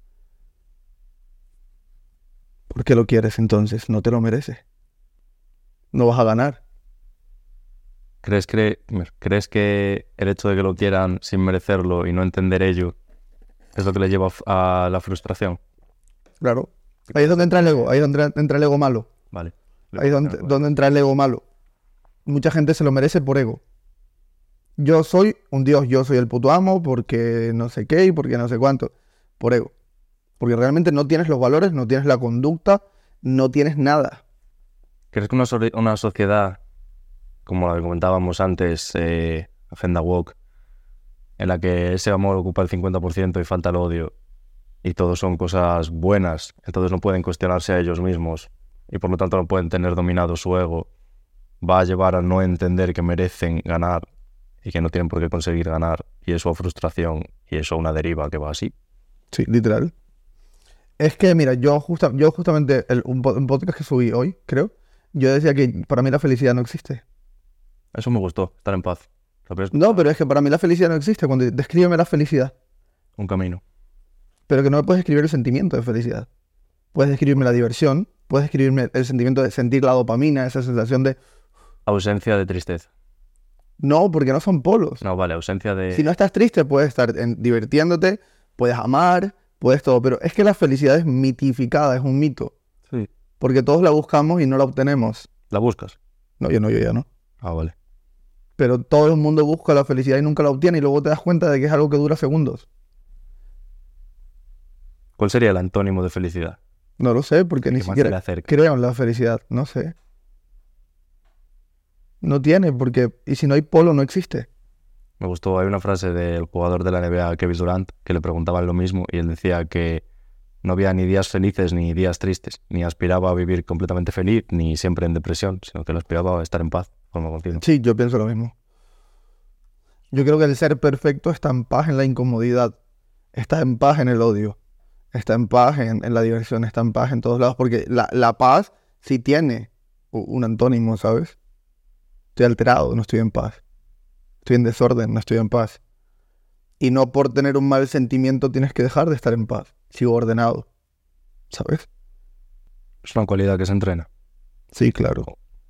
¿Por qué lo quieres entonces? No te lo mereces. No vas a ganar. ¿Crees que, ¿Crees que el hecho de que lo quieran sin merecerlo y no entender ello es lo que le lleva a la frustración? Claro. Ahí es donde entra el ego, ahí es donde entra el ego malo. Vale. Ahí es donde, donde entra el ego malo. Mucha gente se lo merece por ego. Yo soy un dios, yo soy el puto amo porque no sé qué y porque no sé cuánto. Por ego. Porque realmente no tienes los valores, no tienes la conducta, no tienes nada. ¿Crees que una, so- una sociedad, como la que comentábamos antes, eh, Agenda Woke, en la que ese amor ocupa el cincuenta por ciento y falta el odio, y todos son cosas buenas, entonces no pueden cuestionarse a ellos mismos, y por lo tanto no pueden tener dominado su ego, va a llevar a no entender que merecen ganar y que no tienen por qué conseguir ganar, y eso a frustración, y eso a una deriva que va así? Sí, literal. Es que, mira, yo, justa, yo justamente, el, un, po- un podcast que subí hoy, creo, yo decía que para mí la felicidad no existe. Eso me gustó, estar en paz. ¿Lo ves? No, pero es que para mí la felicidad no existe. Cuando descríbeme la felicidad. Un camino. Pero que no me puedes describir el sentimiento de felicidad. Puedes describirme la diversión, puedes describirme el sentimiento de sentir la dopamina, esa sensación de... Ausencia de tristeza. No, porque no son polos. No, vale, ausencia de... Si no estás triste, puedes estar en- divirtiéndote, puedes amar, puedes todo. Pero es que la felicidad es mitificada, es un mito. Sí. Porque todos la buscamos y no la obtenemos. ¿La buscas? No, yo no, yo ya no. Ah, vale. Pero todo el mundo busca la felicidad y nunca la obtiene y luego te das cuenta de que es algo que dura segundos. ¿Cuál sería el antónimo de felicidad? No lo sé, porque ¿Qué ni más se siquiera le acerca? creo en la felicidad. No sé. No tiene, porque... Y si no hay polo, no existe. Me gustó, hay una frase del jugador de la N B A, Kevin Durant, que le preguntaban lo mismo y él decía que no había ni días felices ni días tristes, ni aspiraba a vivir completamente feliz, ni siempre en depresión, sino que lo aspiraba a estar en paz, de forma continua. Sí, yo pienso lo mismo. Yo creo que el ser perfecto está en paz en la incomodidad. Está en paz en el odio. Está en paz en, en la diversión. Está en paz en todos lados. Porque la, la paz sí tiene u- un antónimo, ¿sabes? Estoy alterado, no estoy en paz. Estoy en desorden, no estoy en paz. Y no por tener un mal sentimiento tienes que dejar de estar en paz. Sigo ordenado, ¿sabes? Es una cualidad que se entrena. Sí, claro.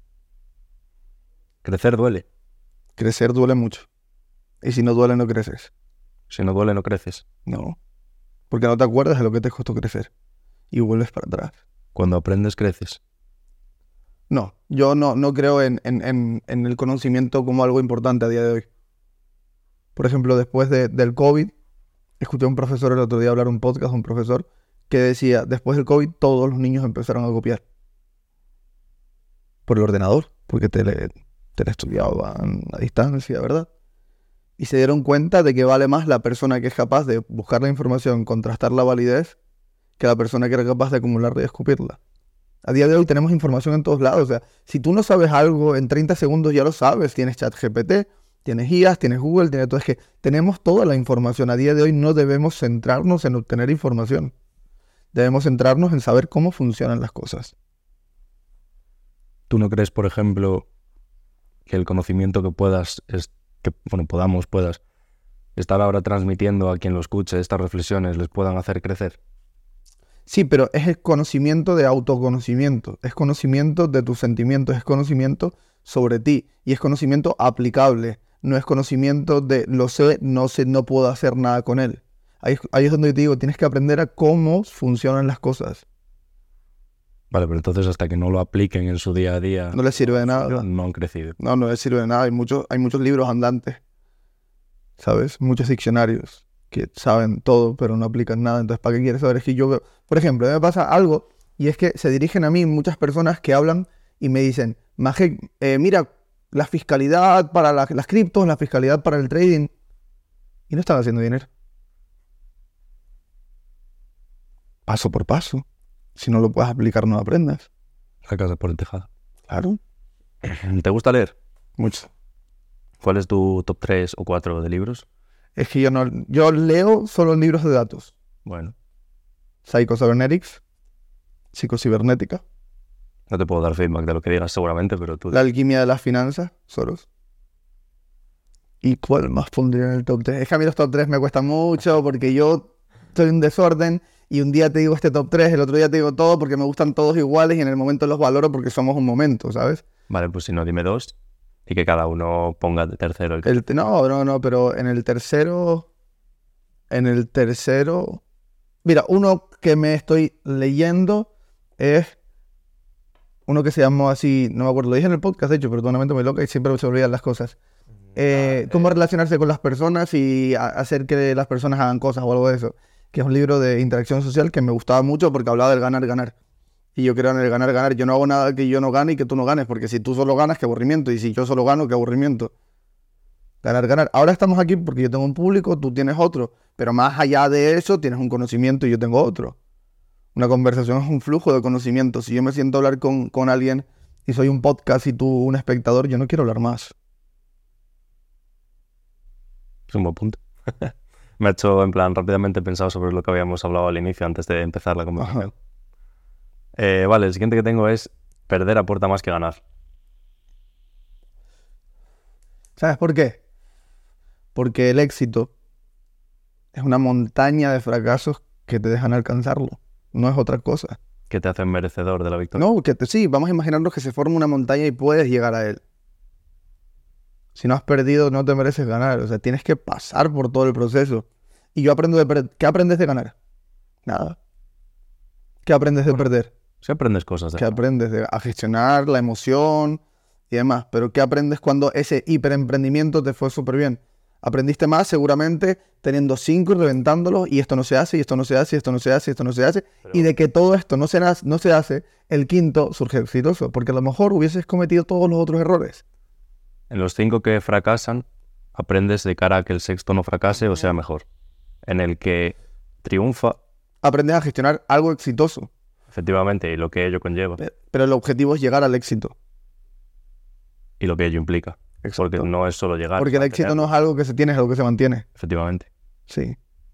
Crecer duele. Crecer duele mucho. Y si no duele, no creces. Si no duele, no creces. No. Porque no te acuerdas de lo que te costó crecer. Y vuelves para atrás. Cuando aprendes, creces. No, yo no, no creo en, en, en, en el conocimiento como algo importante a día de hoy. Por ejemplo, después de, del COVID, escuché a un profesor el otro día hablar un podcast, un profesor, que decía, después del COVID todos los niños empezaron a copiar. Por el ordenador, porque tele, teleestudiaban a distancia, ¿verdad? Y se dieron cuenta de que vale más la persona que es capaz de buscar la información, contrastar la validez, que la persona que era capaz de acumularla y escupirla. A día de hoy tenemos información en todos lados. O sea, si tú no sabes algo, en treinta segundos ya lo sabes. Tienes ChatGPT, tienes I A S, tienes Google, tienes todo. Es que tenemos toda la información. A día de hoy no debemos centrarnos en obtener información. Debemos centrarnos en saber cómo funcionan las cosas. ¿Tú no crees, por ejemplo, que el conocimiento que puedas, es, que bueno, podamos, puedas estar ahora transmitiendo a quien lo escuche, estas reflexiones, les puedan hacer crecer? Sí, pero es el conocimiento de autoconocimiento. Es conocimiento de tus sentimientos. Es conocimiento sobre ti. Y es conocimiento aplicable. No es conocimiento de lo sé, no sé, no puedo hacer nada con él. Ahí, ahí es donde te digo, tienes que aprender a cómo funcionan las cosas. Vale, pero entonces hasta que no lo apliquen en su día a día, No les sirve de nada. no han crecido. No, no les sirve de nada. Hay muchos, hay muchos libros andantes, ¿sabes? Muchos diccionarios que saben todo, pero no aplican nada. Entonces, ¿para qué quieres saber? Es que yo veo, por ejemplo, a mí me pasa algo, y es que se dirigen a mí muchas personas que hablan y me dicen, Majek, eh, mira, la fiscalidad para la- las criptos, la fiscalidad para el trading, y no están haciendo dinero. Paso por paso. Si no lo puedes aplicar, no aprendas. La casa por el tejado. Claro. ¿Te gusta leer? Mucho. ¿Cuál es tu top tres o cuatro de libros? Es que yo no, yo leo solo libros de datos. Bueno, Psycho-Cybernetics, Psicocibernética, no te puedo dar feedback de lo que digas seguramente, pero tú... La alquimia de las finanzas, Soros. ¿Y cuál más pondría en el top tres? Es que a mí los top tres me cuestan mucho porque yo estoy en desorden y un día te digo este top tres, el otro día te digo todo porque me gustan todos iguales y en el momento los valoro porque somos un momento, ¿sabes? Vale, pues si no, dime dos y que cada uno ponga de tercero el que... El, no, no, no, pero en el tercero... En el tercero... Mira, uno que me estoy leyendo es uno que se llamó así, no me acuerdo, lo dije en el podcast, de hecho, pero tengo una mente muy loca y siempre se olvidan las cosas. Eh, cómo relacionarse con las personas y a- hacer que las personas hagan cosas o algo de eso. Que es un libro de interacción social que me gustaba mucho porque hablaba del ganar-ganar. Y yo creo en el ganar-ganar. Yo no hago nada que yo no gane y que tú no ganes, porque si tú solo ganas, qué aburrimiento. Y si yo solo gano, qué aburrimiento. Ganar-ganar. Ahora estamos aquí porque yo tengo un público, tú tienes otro. Pero más allá de eso, tienes un conocimiento y yo tengo otro. Una conversación es un flujo de conocimiento. Si yo me siento a hablar con, con alguien y soy un podcast y tú un espectador, yo no quiero hablar más. Es un buen punto. Me ha hecho, en plan, rápidamente pensado sobre lo que habíamos hablado al inicio antes de empezar la conversación. Eh, vale, el siguiente que tengo es perder aporta más que ganar. ¿Sabes por qué? Porque el éxito es una montaña de fracasos que te dejan alcanzarlo. No es otra cosa. Que te hacen merecedor de la victoria. No, que te, sí, vamos a imaginarnos que se forma una montaña y puedes llegar a él. Si no has perdido, no te mereces ganar. O sea, tienes que pasar por todo el proceso. Y yo aprendo de perder. ¿Qué aprendes de ganar? Nada. ¿Qué aprendes de perder? Si aprendes cosas de ¿Qué aprendes de, a gestionar la emoción y demás? Pero ¿qué aprendes cuando ese hiperemprendimiento te fue súper bien? Aprendiste más seguramente teniendo cinco y reventándolos, y esto no se hace, y esto no se hace, y esto no se hace, y esto no se hace. Pero- Y de que todo esto no se, na- no se hace, el quinto surge exitoso. Porque a lo mejor hubieses cometido todos los otros errores. En los cinco que fracasan, aprendes de cara a que el sexto no fracase o sea mejor. En el que triunfa, Aprendes a gestionar algo exitoso. efectivamente, y lo que ello conlleva, Pe- Pero el objetivo es llegar al éxito. y lo que ello implica. Porque no es solo llegar. Porque el éxito no es algo que se tiene, es algo que se mantiene. Efectivamente. Sí.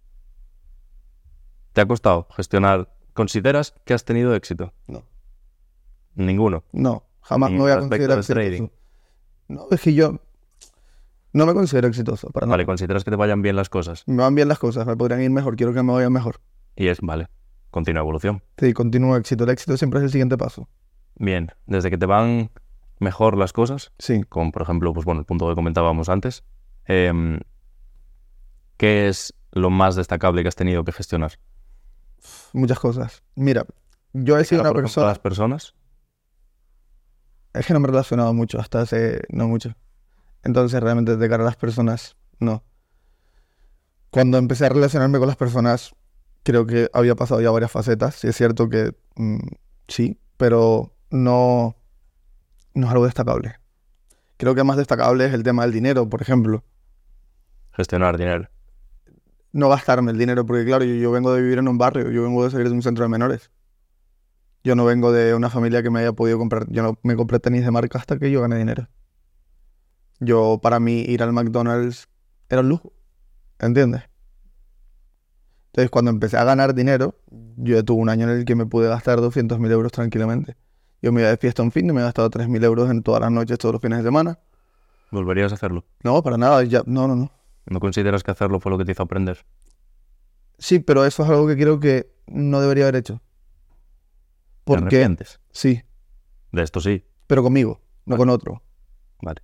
¿Te ha costado gestionar? ¿Consideras que has tenido éxito? No. Ninguno. No. Jamás Ni me voy a respecto considerar del trading. exitoso. No, es que yo no me considero exitoso. Para Vale, nada. ¿consideras que te vayan bien las cosas? Me van bien las cosas, me podrían ir mejor. Quiero que me vayan mejor. Y es, vale, continua evolución. Sí, continúo éxito. El éxito siempre es el siguiente paso. Bien, desde que te van mejor las cosas, Sí. como por ejemplo, pues bueno, el punto que comentábamos antes, em, ¿qué es lo más destacable que has tenido que gestionar? Muchas cosas. Mira, yo he sido Cara, una por ejemplo, a persona... las personas, Es que no me he relacionado mucho, hasta hace no mucho. Entonces, realmente, de cara a las personas, no. Cuando empecé a relacionarme con las personas, creo que había pasado ya varias facetas. Sí, es cierto que mm, sí, pero no, no es algo destacable. Creo que más destacable es el tema del dinero, por ejemplo. gestionar dinero. No gastarme el dinero, porque claro, yo, yo vengo de vivir en un barrio, yo vengo de salir de un centro de menores. Yo no vengo de una familia que me haya podido comprar, yo no me compré tenis de marca hasta que yo gané dinero. Yo, para mí, ir al McDonald's era un lujo, ¿entiendes? Entonces, cuando empecé a ganar dinero, yo tuve un año en el que me pude gastar doscientos mil euros tranquilamente. Yo me iba de fiesta un fin y me he gastado tres mil euros en todas las noches, todos los fines de semana. ¿Volverías a hacerlo? No, para nada, ya, no, no, no. ¿No consideras que hacerlo fue lo que te hizo aprender? Sí, pero eso es algo que creo que no debería haber hecho. ¿Te Porque, arrepientes? sí, De esto sí. pero conmigo, no Vale. con otro. Vale.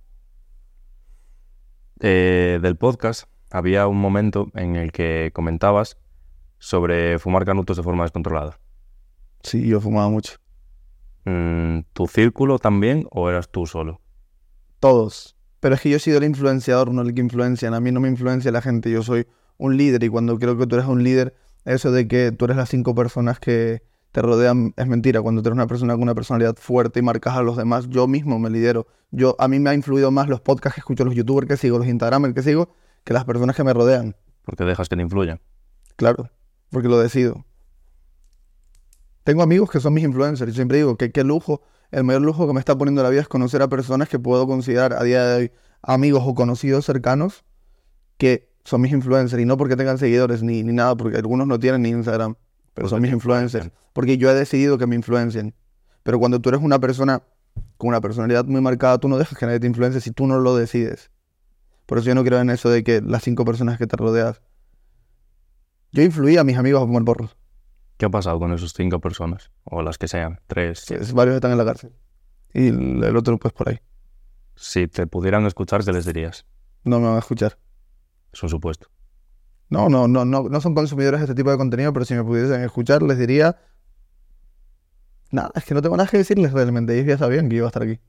Eh, del podcast había un momento en el que comentabas sobre fumar canutos de forma descontrolada. Sí, yo fumaba mucho. Mm, ¿Tu círculo también o eras tú solo? Todos. Pero es que yo he sido el influenciador, no el que influencian. A mí no me influencia la gente, yo soy un líder, y cuando creo que tú eres un líder, eso de que tú eres las cinco personas que te rodean es mentira. Cuando tú eres una persona con una personalidad fuerte y marcas a los demás, yo mismo me lidero. Yo, a mí me ha influido más los podcasts que escucho, los youtubers que sigo, los instagramers que sigo, que las personas que me rodean. Porque dejas que te influyan. Claro, porque lo decido. Tengo amigos que son mis influencers y siempre digo que qué lujo, el mayor lujo que me está poniendo la vida es conocer a personas que puedo considerar a día de hoy amigos o conocidos cercanos que son mis influencers, y no porque tengan seguidores ni, ni nada, porque algunos no tienen ni Instagram, pero Porque son mis te influencers, influencian. porque yo he decidido que me influencien. Pero cuando tú eres una persona con una personalidad muy marcada, tú no dejas que nadie te influencie si tú no lo decides. Por eso yo no creo en eso de que las cinco personas que te rodeas. Yo influí a mis amigos a fumar porros. ¿Qué ha pasado con esas cinco personas? O las que sean, tres. Sí, varios están en la cárcel. Y el, el otro pues por ahí. Si te pudieran escuchar, ¿qué les dirías? No me van a escuchar. Es un supuesto. No, no, no, no, no son consumidores de este tipo de contenido, pero si me pudiesen escuchar les diría... Nada, es que no tengo nada que decirles realmente. Ellos ya sabían que iba a estar aquí.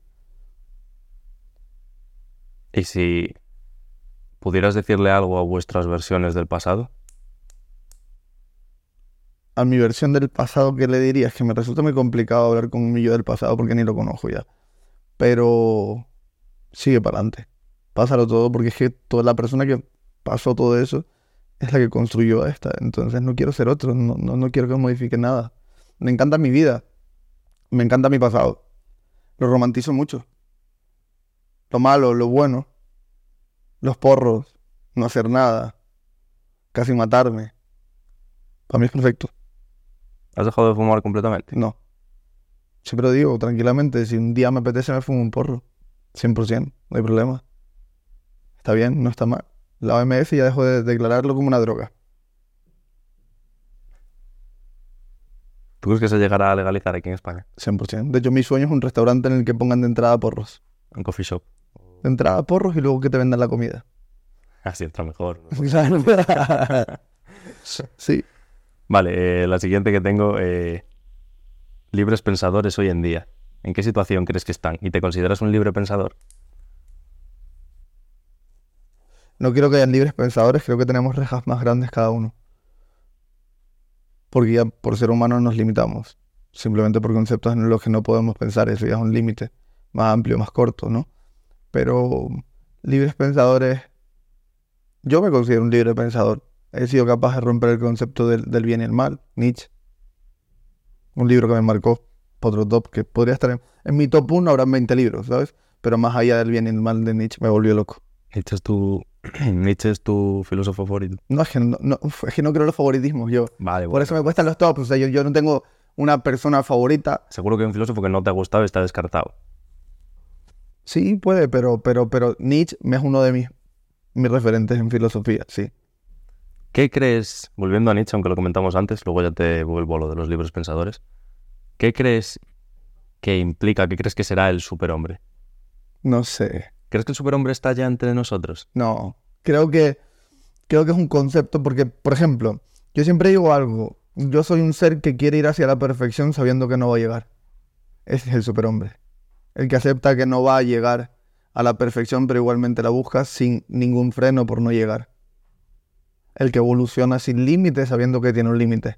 ¿Y si pudieras decirle algo a vuestras versiones del pasado? A mi versión del pasado, ¿qué le diría? Es que me resulta muy complicado hablar con mi yo del pasado porque ni lo conozco ya. Pero sigue para adelante. Pásalo todo, porque es que toda la persona que pasó todo eso es la que construyó a esta. Entonces no quiero ser otro, no, no, no quiero que modifique nada. Me encanta mi vida. Me encanta mi pasado. Lo romantizo mucho. Lo malo, lo bueno. Los porros. No hacer nada. Casi matarme. Para mí es perfecto. ¿Has dejado de fumar completamente? No. Siempre lo digo, tranquilamente. Si un día me apetece, me fumo un porro. cien por ciento. No hay problema. Está bien, no está mal. La O M S ya dejó de declararlo como una droga. ¿Tú crees que se llegará a legalizar aquí en España? cien por ciento. De hecho, mi sueño es un restaurante en el que pongan de entrada porros. ¿Un coffee shop? De entrada porros y luego que te vendan la comida. Así entra mejor, ¿no? Claro. Sí. Vale, eh, la siguiente que tengo, eh, libres pensadores hoy en día. ¿En qué situación crees que están? ¿Y te consideras un libre pensador? No quiero que hayan libres pensadores, creo que tenemos rejas más grandes cada uno. Porque ya por ser humanos nos limitamos. Simplemente por conceptos en los que no podemos pensar, eso ya es un límite más amplio, más corto, ¿no? Pero libres pensadores, yo me considero un libre pensador. He sido capaz de romper el concepto del, del bien y el mal, Nietzsche. Un libro que me marcó, otro top, que podría estar en, en mi top uno, habrán veinte libros, ¿sabes? Pero más allá del bien y el mal de Nietzsche me volvió loco. Nietzsche es tu, Nietzsche es tu filósofo favorito. No, es que no, no, uf, es que no creo en los favoritismos yo. Vale, Por bueno. eso me cuestan los tops, o sea, yo, yo no tengo una persona favorita. Seguro que un filósofo que no te ha gustado está descartado. Sí, puede, pero, pero, pero Nietzsche me es uno de mis, mis referentes en filosofía, sí. ¿Qué crees, volviendo a Nietzsche, aunque lo comentamos antes, luego ya te vuelvo a lo de los libres pensadores, ¿qué crees que implica, qué crees que será el superhombre? No sé, ¿Crees que el superhombre está ya entre nosotros? no. Creo que, creo que es un concepto porque, por ejemplo, yo siempre digo algo. Yo soy un ser que quiere ir hacia la perfección sabiendo que no va a llegar. Ese es el superhombre. El que acepta que no va a llegar a la perfección, pero igualmente la busca sin ningún freno por no llegar. El que evoluciona sin límites sabiendo que tiene un límite.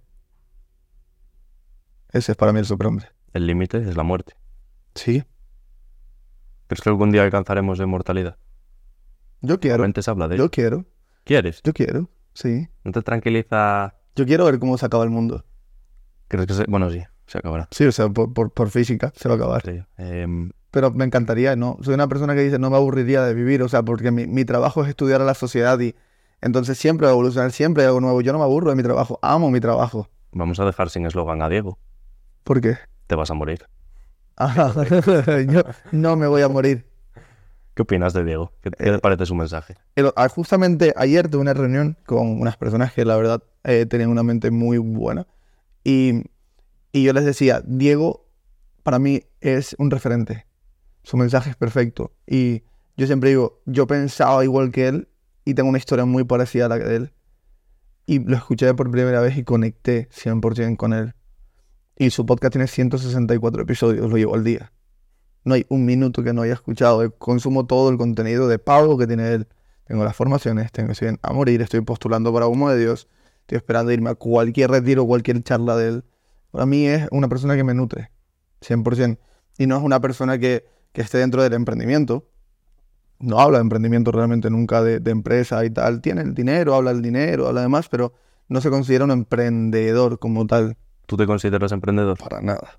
Ese es para mí el superhombre. El límite es la muerte. Sí, ¿Crees que algún día alcanzaremos la inmortalidad? yo quiero. Realmente se habla de ello. Yo quiero. ¿Quieres? Yo quiero. Sí. ¿No te tranquiliza? Yo quiero ver cómo se acaba el mundo. ¿Crees que se... Bueno, sí, se acabará. Sí, o sea, por, por, por física se va a acabar. Sí. Em, Pero me encantaría, ¿no? Soy una persona que dice, no me aburriría de vivir, o sea, porque mi, mi trabajo es estudiar a la sociedad y entonces siempre va a evolucionar, siempre hay algo nuevo. Yo no me aburro de mi trabajo, amo mi trabajo. vamos a dejar sin eslogan a Diego. ¿Por qué? Te vas a morir. Ah, yo no me voy a morir. ¿Qué opinas de Diego? ¿Qué, qué te parece su mensaje? El- ah, justamente ayer tuve una reunión con unas personas que la verdad eh, tenían una mente muy buena y, y yo les decía, Diego para mí es un referente. Su mensaje es perfecto. Y yo siempre digo, yo pensaba igual que él y tengo una historia muy parecida a la de él. Y lo escuché por primera vez y conecté cien por ciento con él. Y su podcast tiene ciento sesenta y cuatro episodios, lo llevo al día. No hay un minuto que no haya escuchado. Consumo todo el contenido de pago que tiene él. Tengo las formaciones, tengo estoy a morir, estoy postulando para Humo de Dios. Estoy esperando irme a cualquier retiro, cualquier charla de él. Para mí es una persona que me nutre, cien por ciento. Y no es una persona que, que esté dentro del emprendimiento. No habla de emprendimiento realmente nunca, de, de empresa y tal. Tiene el dinero, habla del dinero, habla de más, pero no se considera un emprendedor como tal. ¿Tú te consideras emprendedor? Para nada.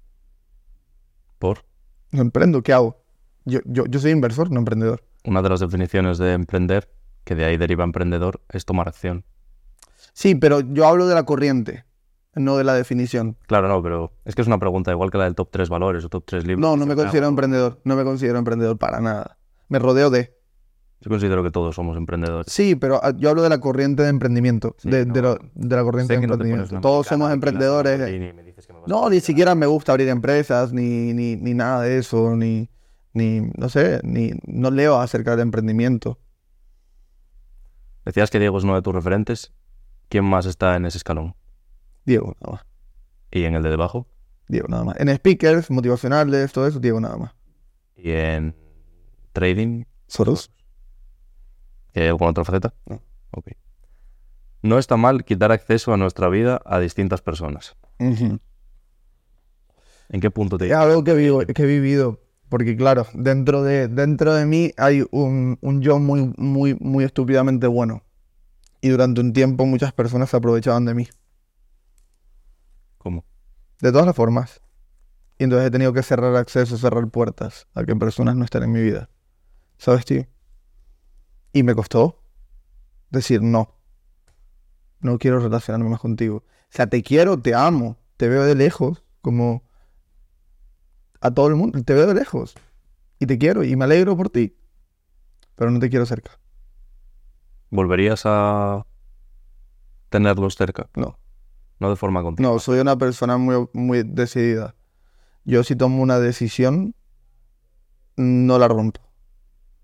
¿Por? No emprendo, ¿qué hago? Yo, yo, yo soy inversor, no emprendedor. Una de las definiciones de emprender, que de ahí deriva emprendedor, es tomar acción. Sí, pero yo hablo de la corriente, no de la definición. Claro, no, pero es que es una pregunta igual que la del top tres valores o top tres libros. No, no me Siempre considero hago. emprendedor. No me considero emprendedor para nada. Me rodeo de... Yo considero que todos somos emprendedores. Sí, pero ah, yo hablo de la corriente de emprendimiento. Sí, de, no, de, lo- de la corriente Sé de que no te pones emprendimiento. una Todos americana somos aquí, la emprendedores. Lamborghini, y me dices que me vas a No, ni patrocinar. siquiera me gusta abrir empresas, ni, ni, ni nada de eso, ni, ni, no sé, ni, no leo acerca del emprendimiento. Decías que Diego es uno de tus referentes. ¿Quién más está en ese escalón? Diego, nada más. ¿Y en el de debajo? Diego, nada más. En speakers, motivacionales, todo eso, Diego, nada más. ¿Y en trading? Soros. ¿Y hay alguna otra faceta? No. Ok. No está mal quitar acceso a nuestra vida a distintas personas. Ujú. ¿En qué punto te Es algo que, vivo, que he vivido, porque claro, dentro de, dentro de mí hay un, un yo muy, muy, muy estúpidamente bueno. Y durante un tiempo muchas personas se aprovechaban de mí, ¿Cómo? de todas las formas. Y entonces he tenido que cerrar acceso, cerrar puertas a que personas no estén en mi vida. ¿Sabes, tío? Y me costó decir no. No quiero relacionarme más contigo. O sea, te quiero, te amo, te veo de lejos, como a todo el mundo, te veo de lejos. Y te quiero y me alegro por ti. Pero no te quiero cerca. ¿Volverías a tenerlos cerca? No. No de forma continua. No, soy una persona muy, muy decidida. Yo si tomo una decisión, no la rompo.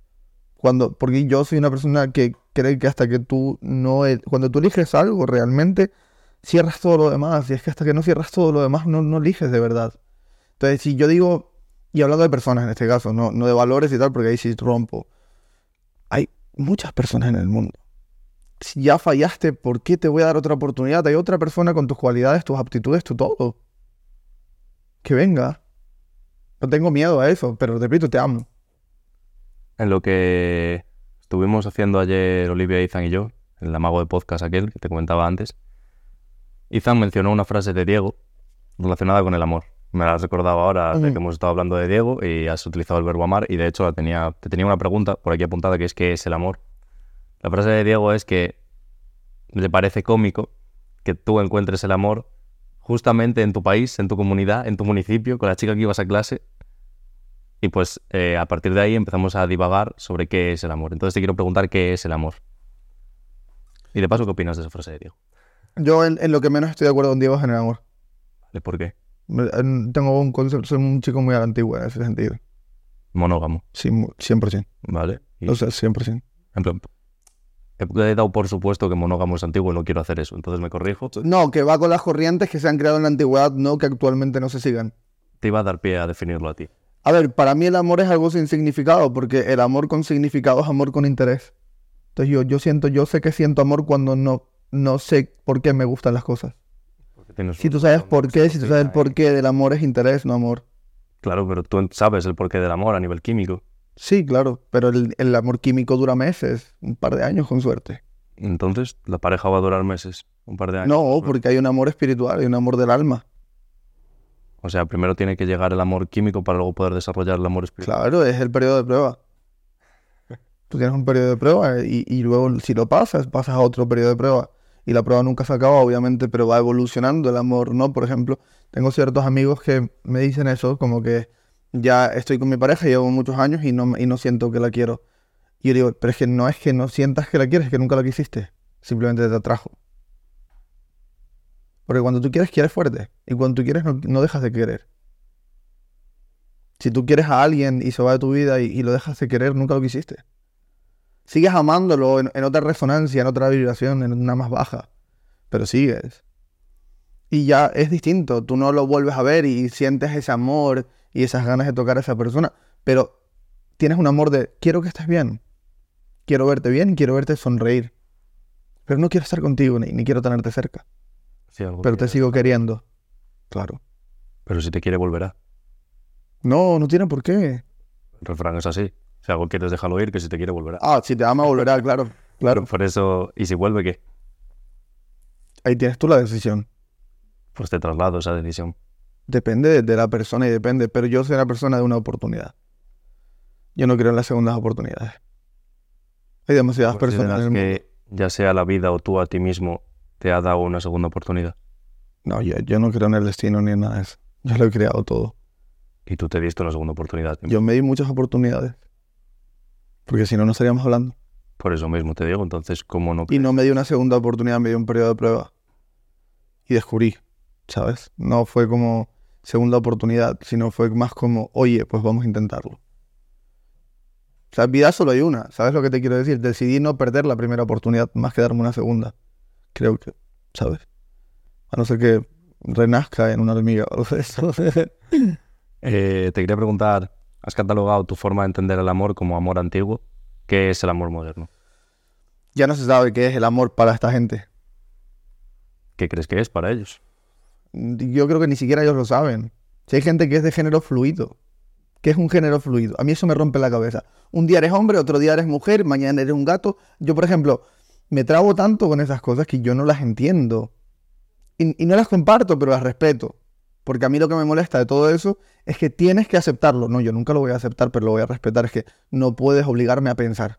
Cuando, porque yo soy una persona que cree que hasta que tú no... el- Cuando tú eliges algo, realmente cierras todo lo demás. Y es que hasta que no cierras todo lo demás, no, no eliges de verdad. Entonces, si yo digo, y hablando de personas en este caso, no, no de valores y tal, porque ahí sí rompo. Hay muchas personas en el mundo. Si ya fallaste, ¿por qué te voy a dar otra oportunidad? Hay otra persona con tus cualidades, tus aptitudes, tu todo. Que venga. No tengo miedo a eso, pero repito, te amo. En lo que estuvimos haciendo ayer Olivia, Ethan y yo, el amago de podcast aquel que te comentaba antes, Ethan mencionó una frase de Diego relacionada con el amor. Me la has recordado ahora de Ujú. que hemos estado hablando de Diego y has utilizado el verbo amar y de hecho la tenía, te tenía una pregunta por aquí apuntada que es ¿qué es el amor? La frase de Diego es que le parece cómico que tú encuentres el amor justamente en tu país, en tu comunidad, en tu municipio, con la chica que ibas a clase. Y pues eh, a partir de ahí empezamos a divagar sobre qué es el amor. Entonces te quiero preguntar qué es el amor. Y de paso, ¿qué opinas de esa frase de Diego? Yo en, en lo que menos estoy de acuerdo con Diego es en el amor. ¿Vale? ¿Por qué? Me- en- Tengo un concepto, soy un chico muy a la antigua en ese sentido. Monógamo, Sí, mu- cien por ciento. ¿vale? Y, O sea, cien por ciento. en plan, he dado por supuesto que monógamo es antiguo y no quiero hacer eso. Entonces me corrijo. No, que va con las corrientes que se han creado en la antigüedad, no que actualmente no se sigan. Te iba a dar pie a definirlo a ti. A ver, para mí el amor es algo sin significado, porque el amor con significado es amor con interés. Entonces yo, yo siento, yo sé que siento amor cuando no, no sé por qué me gustan las cosas. Porque tienes Si un tú sabes montón de por qué, si tú sabes el oxitocina, por qué del amor es interés, no amor. ¿eh? Claro, pero tú sabes el porqué del amor a nivel químico. Sí, claro, pero el, el amor químico dura meses, un par de años con suerte. Entonces, la pareja va a durar meses, un par de años. No, porque hay un amor espiritual, hay un amor del alma. O sea, primero tiene que llegar el amor químico para luego poder desarrollar el amor espiritual. Claro, es el periodo de prueba. Tú tienes un periodo de prueba y, y luego si lo pasas, pasas a otro periodo de prueba. Y la prueba nunca se acaba, obviamente, pero va evolucionando el amor, ¿no? Por ejemplo, tengo ciertos amigos que me dicen eso, como que ya estoy con mi pareja, llevo muchos años y no, y no siento que la quiero. Y yo digo, pero es que no es que no sientas que la quieres, es que nunca la quisiste. Simplemente te atrajo. Porque cuando tú quieres, quieres fuerte. Y cuando tú quieres, no, no dejas de querer. Si tú quieres a alguien y se va de tu vida y, y lo dejas de querer, nunca lo quisiste. Sigues amándolo en, en otra resonancia, en otra vibración, en una más baja. Pero sigues. Y ya es distinto. Tú no lo vuelves a ver y sientes ese amor y esas ganas de tocar a esa persona. Pero tienes un amor de, quiero que estés bien. Quiero verte bien, quiero verte sonreír. Pero no quiero estar contigo ni, ni quiero tenerte cerca. Sí, algo Pero te quiere. sigo queriendo. Claro. Pero si te quiere, volverá. No, no tiene por qué. El refrán es así. Si algo quieres, déjalo ir, que si te quiere, volverá. Ah, si te ama, volverá, claro. Claro. Por eso, y si vuelve, ¿qué? Ahí tienes tú la decisión. Pues te traslado esa decisión. Depende de, de la persona y depende. Pero yo soy una persona de una oportunidad. Yo no creo en las segundas oportunidades. Hay demasiadas personas en el ¿Consideras mundo. que ya sea la vida o tú a ti mismo te ha dado una segunda oportunidad? No, yo, yo no creo en el destino ni en nada de eso. Yo lo he creado todo. Y tú te diste una segunda oportunidad. Yo me di muchas oportunidades. Porque si no, no estaríamos hablando. Por eso mismo te digo, entonces, ¿cómo no? Y no me di una segunda oportunidad, me di un periodo de prueba. Y descubrí, ¿sabes? No fue como segunda oportunidad, sino fue más como, oye, pues vamos a intentarlo. O sea, vida solo hay una, ¿sabes lo que te quiero decir? Decidí no perder la primera oportunidad, más que darme una segunda. Creo que, ¿sabes? A no ser que renazca en una hormiga o algo de eso. Eh, te quería preguntar, ¿has catalogado tu forma de entender el amor como amor antiguo? ¿Qué es el amor moderno? Ya no se sabe qué es el amor para esta gente. ¿Qué crees que es para ellos? Yo creo que ni siquiera ellos lo saben. Si hay gente que es de género fluido. ¿Qué es un género fluido? A mí eso me rompe la cabeza. Un día eres hombre, otro día eres mujer, mañana eres un gato. Yo, por ejemplo, me trabo tanto con esas cosas que yo no las entiendo. Y, y no las comparto, pero las respeto. Porque a mí lo que me molesta de todo eso es que tienes que aceptarlo. No, yo nunca lo voy a aceptar, pero lo voy a respetar. Es que no puedes obligarme a pensar.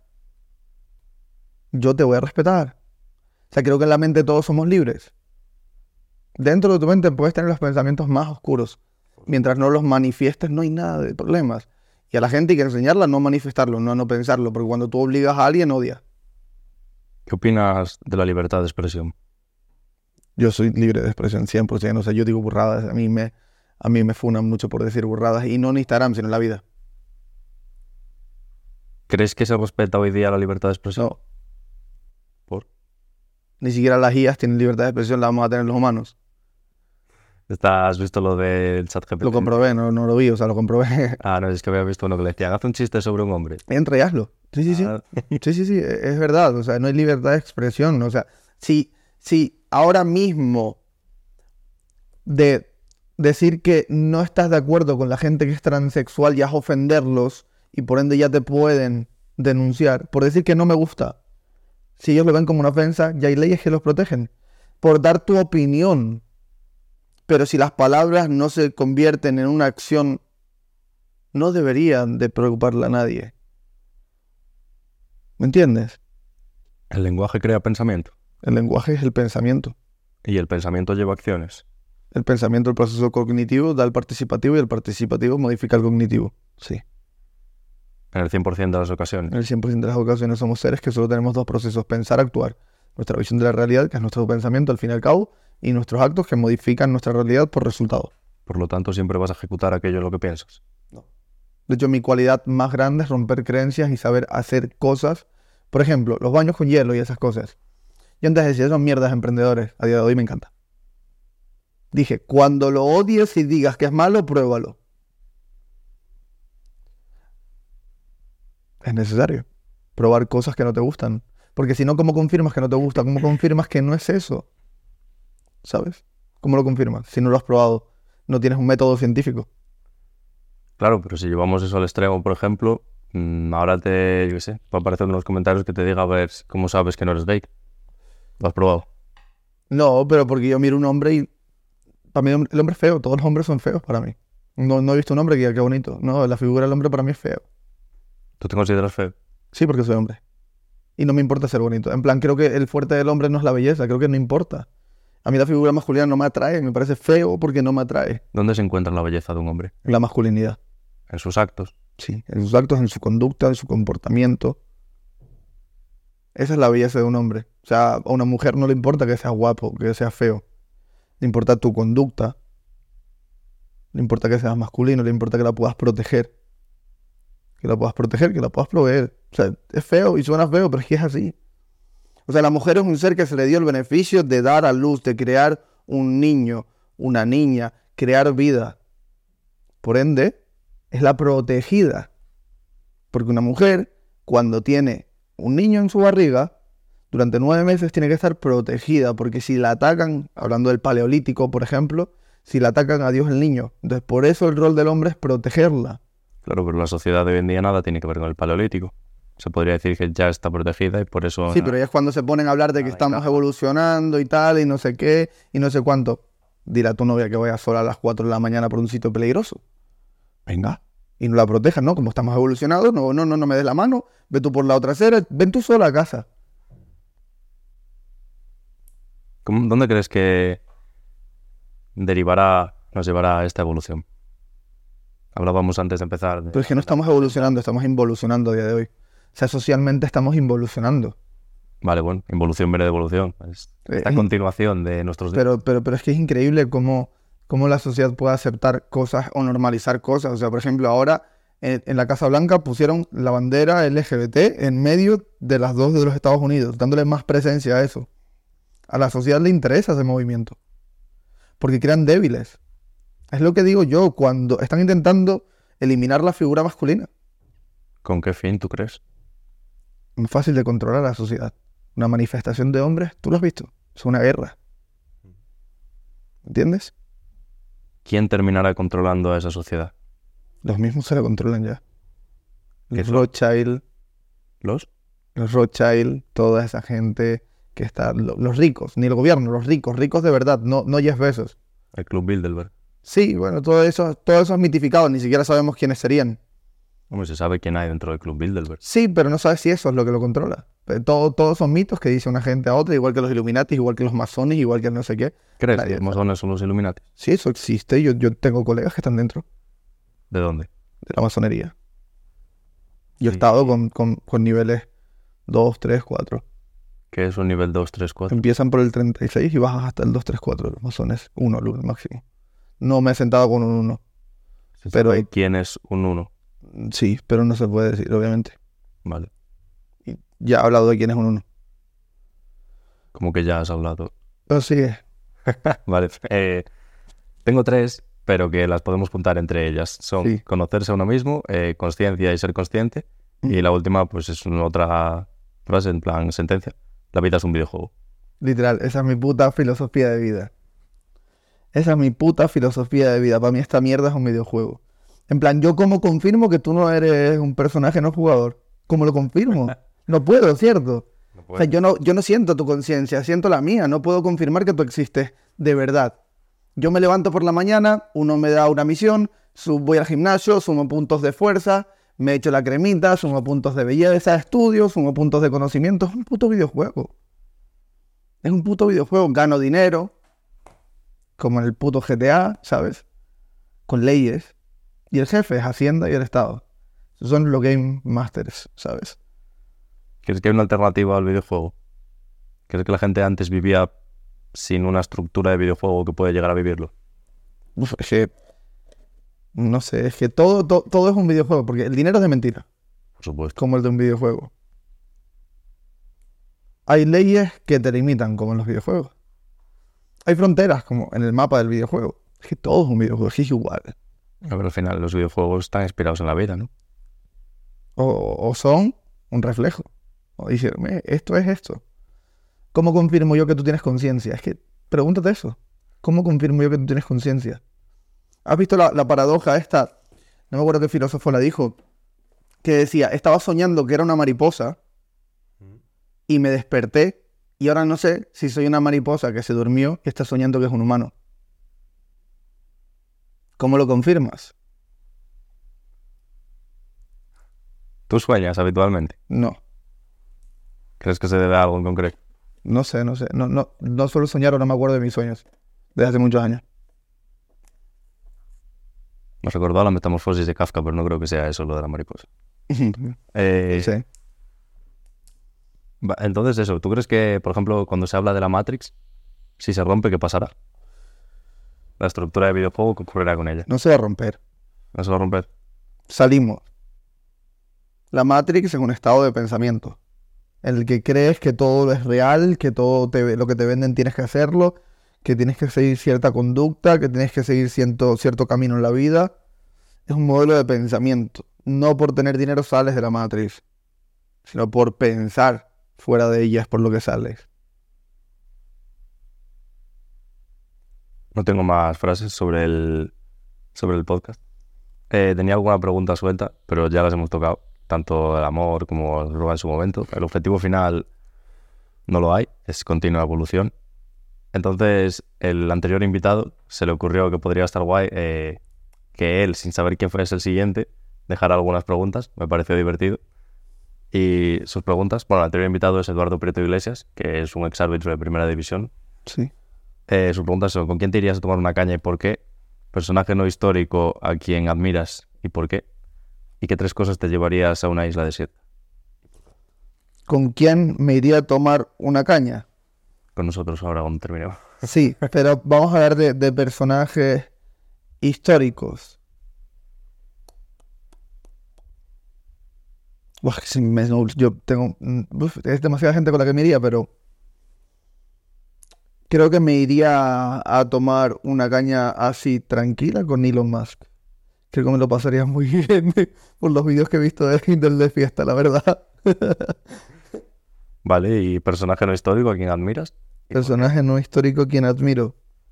Yo te voy a respetar. O sea, creo que en la mente todos somos libres. Dentro de tu mente puedes tener los pensamientos más oscuros. Mientras no los manifiestes, no hay nada de problemas. Y a la gente hay que enseñarla a no manifestarlo, no a no pensarlo. Porque cuando tú obligas a alguien, odia. ¿Qué opinas de la libertad de expresión? Yo soy libre de expresión, cien por ciento. O sea, yo digo burradas. A mí me, a mí me funan mucho por decir burradas. Y no en Instagram, sino en la vida. ¿Crees que se respeta hoy día la libertad de expresión? No. ¿Por? Ni siquiera las I As tienen libertad de expresión, la vamos a tener los humanos. Está- ¿Has visto lo del chat G P T? Lo comprobé, no, no lo vi, o sea, lo comprobé. Ah, no, es que había visto uno que le decían, haz un chiste sobre un hombre. Entra y hazlo. Sí, sí, sí. Ah, Sí, sí, sí, e- es verdad. O sea, no hay libertad de expresión. O sea, si, si ahora mismo de decir que no estás de acuerdo con la gente que es transexual ya es ofenderlos y por ende ya te pueden denunciar por decir que no me gusta. Si ellos lo ven como una ofensa, ya hay leyes que los protegen. Por dar tu opinión. Pero si las palabras no se convierten en una acción, no deberían de preocuparle a nadie. ¿Me entiendes? el lenguaje crea pensamiento El lenguaje es el pensamiento. y el pensamiento lleva acciones. El pensamiento, el proceso cognitivo, da el participativo y el participativo modifica el cognitivo. Sí. En el cien por ciento de las ocasiones. En el cien por ciento de las ocasiones somos seres que solo tenemos dos procesos, pensar, actuar. Nuestra visión de la realidad, que es nuestro pensamiento al fin y al cabo, y nuestros actos que modifican nuestra realidad por resultado. Por lo tanto, siempre vas a ejecutar aquello en lo que piensas. De hecho, mi cualidad más grande es romper creencias y saber hacer cosas. Por ejemplo, los baños con hielo y esas cosas. Yo antes decía, son mierdas emprendedores. A día de hoy me encanta. Dije, cuando lo odies y digas que es malo, pruébalo. Es necesario probar cosas que no te gustan. Porque si no, ¿cómo confirmas que no te gusta? ¿Cómo confirmas que no es eso? ¿Sabes? ¿Cómo lo confirmas? Si no lo has probado, no tienes un método científico. Claro, pero si llevamos eso al extremo, por ejemplo, mmm, ahora te, yo qué sé, va a aparecer en los comentarios que te diga a ver cómo sabes que no eres gay. ¿Lo has probado? No, pero porque yo miro un hombre y... Para mí el hombre es feo. Todos los hombres son feos para mí. No, no he visto un hombre que diga qué bonito. No, la figura del hombre para mí es feo. ¿Tú te consideras feo? Sí, porque soy hombre. Y no me importa ser bonito. En plan, creo que el fuerte del hombre no es la belleza. Creo que no importa. A mí la figura masculina no me atrae. Me parece feo porque no me atrae. ¿Dónde se encuentra la belleza de un hombre? La masculinidad. En sus actos. Sí. En sus actos, en su conducta, en su comportamiento. Esa es la belleza de un hombre. O sea, a una mujer no le importa que seas guapo, que seas feo. Le importa tu conducta. Le importa que seas masculino. Le importa que la puedas proteger. Que la puedas proteger, que la puedas proveer. O sea, es feo y suena feo, pero es que es así. O sea, la mujer es un ser que se le dio el beneficio de dar a luz, de crear un niño, una niña, crear vida. Por ende, es la protegida. Porque una mujer, cuando tiene un niño en su barriga, durante nueve meses tiene que estar protegida. Porque si la atacan, hablando del paleolítico, por ejemplo, si la atacan, adiós el niño. Entonces, por eso el rol del hombre es protegerla. Claro, pero la sociedad de hoy en día nada tiene que ver con el paleolítico. Se podría decir que ya está protegida y por eso... Sí, pero ya es cuando se ponen a hablar de que Nada, estamos nada. evolucionando y tal, y no sé qué, y no sé cuánto. Dirá tu novia que vaya sola a las cuatro de la mañana por un sitio peligroso. Venga. Y no la protejas, ¿no? Como estamos evolucionados, no, no, no, no me des la mano, ve tú por la otra acera, ven tú sola a casa. ¿Cómo- ¿Dónde crees que derivará, nos llevará esta evolución? Hablábamos antes de empezar. de- Pero es que no estamos evolucionando, estamos involucionando a día de hoy. O sea, socialmente estamos involucionando. Vale, bueno, involución viene de evolución. Es esta Eh, continuación de nuestros días. Pero, pero, pero es que es increíble cómo, cómo la sociedad puede aceptar cosas o normalizar cosas. O sea, por ejemplo, ahora en, en la Casa Blanca pusieron la bandera L G B T en medio de las dos de los Estados Unidos, dándole más presencia a eso. A la sociedad le interesa ese movimiento. Porque crean débiles. Es lo que digo yo cuando están intentando eliminar la figura masculina. ¿Con qué fin tú crees? Es más fácil de controlar a la sociedad. Una manifestación de hombres, tú lo has visto, es una guerra. ¿Entiendes? ¿Quién terminará controlando a esa sociedad? Los mismos se la controlan ya. ¿Qué Los son? Rothschild, ¿Los? los Rothschild, toda esa gente que está, lo- los ricos, ni el gobierno, los ricos, ricos de verdad, no, no Jeff Bezos. El Club Bilderberg. Sí, bueno, todo eso, todo eso es mitificado, ni siquiera sabemos quiénes serían. Hombre, se sabe quién hay dentro del Club Bilderberg. Sí, pero no sabes si eso es lo que lo controla. Pero todo, todos son mitos que dice una gente a otra, igual que los Illuminati, igual que los masones, igual que no sé qué. ¿Crees Nadie que los sabe. masones son los Illuminati? Sí, eso existe. Yo, yo tengo colegas que están dentro ¿De dónde? de la masonería. Yo he Sí. estado con, con, con niveles dos, tres, cuatro. ¿Qué es un nivel dos, tres, cuatro? Empiezan por el treinta y seis y bajas hasta el dos, tres, cuatro. Los masones, uno al máximo. No me he sentado con un uno. ¿Se pero- sabe quién es un uno? Sí, pero no se puede decir, obviamente. Vale. Y ya he hablado de quién es un uno. Como que ya has hablado. Así es. Vale. Eh, tengo tres, pero que las podemos juntar entre ellas. Son Sí. conocerse a uno mismo, eh, consciencia y ser consciente. Mm. Y la última, pues es una otra frase, en plan sentencia. La vida es un videojuego. Literal, esa es mi puta filosofía de vida. Esa es mi puta filosofía de vida. Para mí esta mierda es un videojuego. En plan, ¿yo cómo confirmo que tú no eres un personaje no jugador? ¿Cómo lo confirmo? No puedo, ¿cierto? No O sea, yo no, yo no siento tu conciencia, siento la mía. No puedo confirmar que tú existes de verdad. Yo me levanto por la mañana, uno me da una misión, sub- voy al gimnasio, sumo puntos de fuerza, me echo la cremita, sumo puntos de belleza, estudio, sumo puntos de conocimiento. Es un puto videojuego. Es un puto videojuego. Gano dinero, como en el puto G T A, ¿sabes? Con leyes. Y el jefe es Hacienda y el Estado. Esos son los Game Masters, ¿sabes? ¿Crees que hay una alternativa al videojuego? ¿Crees que la gente antes vivía sin una estructura de videojuego que puede llegar a vivirlo? Uf, es que... No sé, es que todo, to- todo es un videojuego, porque el dinero es de mentira, Por supuesto. como el de un videojuego. Hay leyes que te limitan, como en los videojuegos. Hay fronteras, como en el mapa del videojuego. Es que todo es un videojuego, es que es igual. A ver, al final los videojuegos están inspirados en la vida, ¿no? O, o son un reflejo. O dicen, "Me, esto es esto". ¿Cómo confirmo yo que tú tienes conciencia? Es que, pregúntate eso. ¿Cómo confirmo yo que tú tienes conciencia? ¿Has visto la, la paradoja esta? No me acuerdo qué filósofo la dijo. Que decía, estaba soñando que era una mariposa y me desperté y ahora no sé si soy una mariposa que se durmió y está soñando que es un humano. ¿Cómo lo confirmas? ¿Tú sueñas habitualmente? No, ¿Crees que se debe a algo en concreto? no sé, no sé. No, no, no suelo soñar o no me acuerdo de mis sueños. Desde hace muchos años. Me recordó a la metamorfosis de Kafka, pero no creo que sea eso lo de la mariposa. Eh, Sí. va- Entonces eso, ¿tú crees que, por ejemplo, cuando se habla de la Matrix, si se rompe, qué pasará? La estructura de videojuego, ¿qué ocurrirá con ella? No se va a romper. ¿No se va a romper? Salimos. La Matrix es un estado de pensamiento en el que crees que todo es real, que todo te, lo que te venden tienes que hacerlo, que tienes que seguir cierta conducta, que tienes que seguir cierto, cierto camino en la vida. Es un modelo de pensamiento. No por tener dinero sales de la Matrix, sino por pensar fuera de ella es por lo que sales. No tengo más frases sobre el, sobre el podcast. Eh, tenía alguna pregunta suelta, pero ya las hemos tocado. Tanto el amor como el droga en su momento. El objetivo final no lo hay, es continua evolución. Entonces, el anterior invitado se le ocurrió que podría estar guay eh, que él, sin saber quién fuese el siguiente, dejara algunas preguntas. Me pareció divertido. Y sus preguntas, bueno, el anterior invitado es Eduardo Prieto Iglesias, que es un exárbitro de primera división. Sí. Eh, sus preguntas son: ¿con quién te irías a tomar una caña y por qué? Personaje no histórico a quien admiras y por qué. ¿Y qué tres cosas te llevarías a una isla desierta? ¿Con quién me iría a tomar una caña? Con nosotros ahora cuando terminemos. Sí, pero vamos a hablar de, de personajes históricos. Buah, que sí, me- no, yo tengo... mm, uf, es demasiada gente con la que me iría, pero... Creo que me iría a, a tomar una caña así tranquila con Elon Musk. Creo que me lo pasaría muy bien por los vídeos que he visto de del de fiesta, la verdad. Vale, ¿y personaje no histórico a quien admiras? ¿Y por qué? Personaje no histórico quien admiro.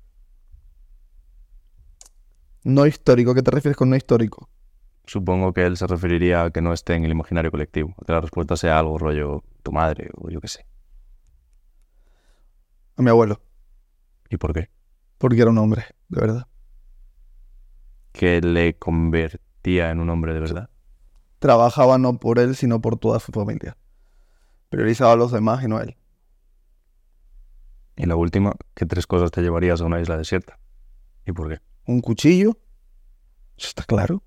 No histórico, ¿qué te refieres con no histórico? Supongo que él se referiría a que no esté en el imaginario colectivo. Que la respuesta sea algo rollo tu madre o yo qué sé. A mi abuelo, ¿Y por qué? porque era un hombre, de verdad. Que le convertía en un hombre de verdad. Trabajaba no por él, sino por toda su familia. Priorizaba a los demás y no a él. Y la última, ¿qué tres cosas te llevarías a una isla desierta? ¿Y por qué? Un cuchillo, ¿eso está claro?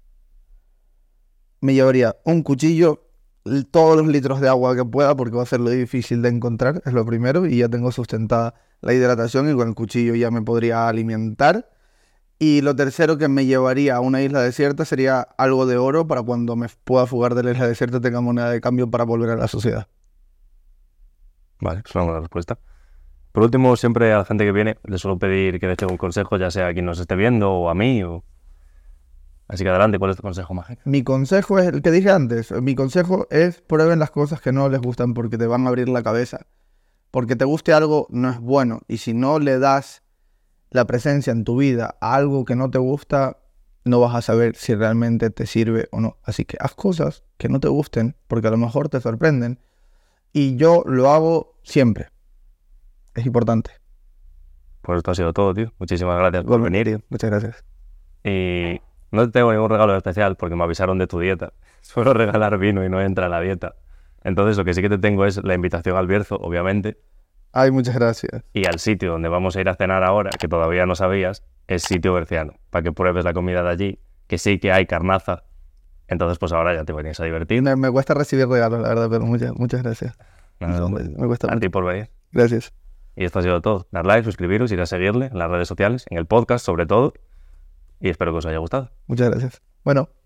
Me llevaría un cuchillo, l- todos los litros de agua que pueda, porque va a ser lo difícil de encontrar, es lo primero, y ya tengo sustentada la hidratación y con el cuchillo ya me podría alimentar. Y lo tercero que me llevaría a una isla desierta sería algo de oro para cuando me pueda fugar de la isla desierta tenga moneda de cambio para volver a la sociedad. Vale, es una buena respuesta. Por último, siempre a la gente que viene le suelo pedir que deje un consejo, ya sea a quien nos esté viendo o a mí. O... Así que adelante, ¿cuál es tu consejo, Majek? Mi consejo es el que dije antes. Mi consejo es prueben las cosas que no les gustan porque te van a abrir la cabeza. Porque te guste algo no es bueno. Y si no le das la presencia en tu vida a algo que no te gusta, no vas a saber si realmente te sirve o no. Así que haz cosas que no te gusten porque a lo mejor te sorprenden. Y yo lo hago siempre. Es importante. Pues esto ha sido todo, tío. Muchísimas gracias por venir, tío. Muchas gracias. Y no te tengo ningún regalo especial porque me avisaron de tu dieta. Suelo regalar vino y no entra en la dieta. Entonces lo que sí que te tengo es la invitación al Bierzo, obviamente. Ay, muchas gracias. Y al sitio donde vamos a ir a cenar ahora, que todavía no sabías, es Sitio Berciano. Para que pruebes la comida de allí, que sí que hay carnaza. Entonces pues ahora ya te venís a divertir. Me, me cuesta recibir regalos, la verdad, pero muchas, muchas gracias. Nada, me, me cuesta a mucho. ti por venir. Gracias. Y esto ha sido todo. Dar like, suscribiros, ir a seguirle en las redes sociales, en el podcast sobre todo. Y espero que os haya gustado. Muchas gracias. Bueno.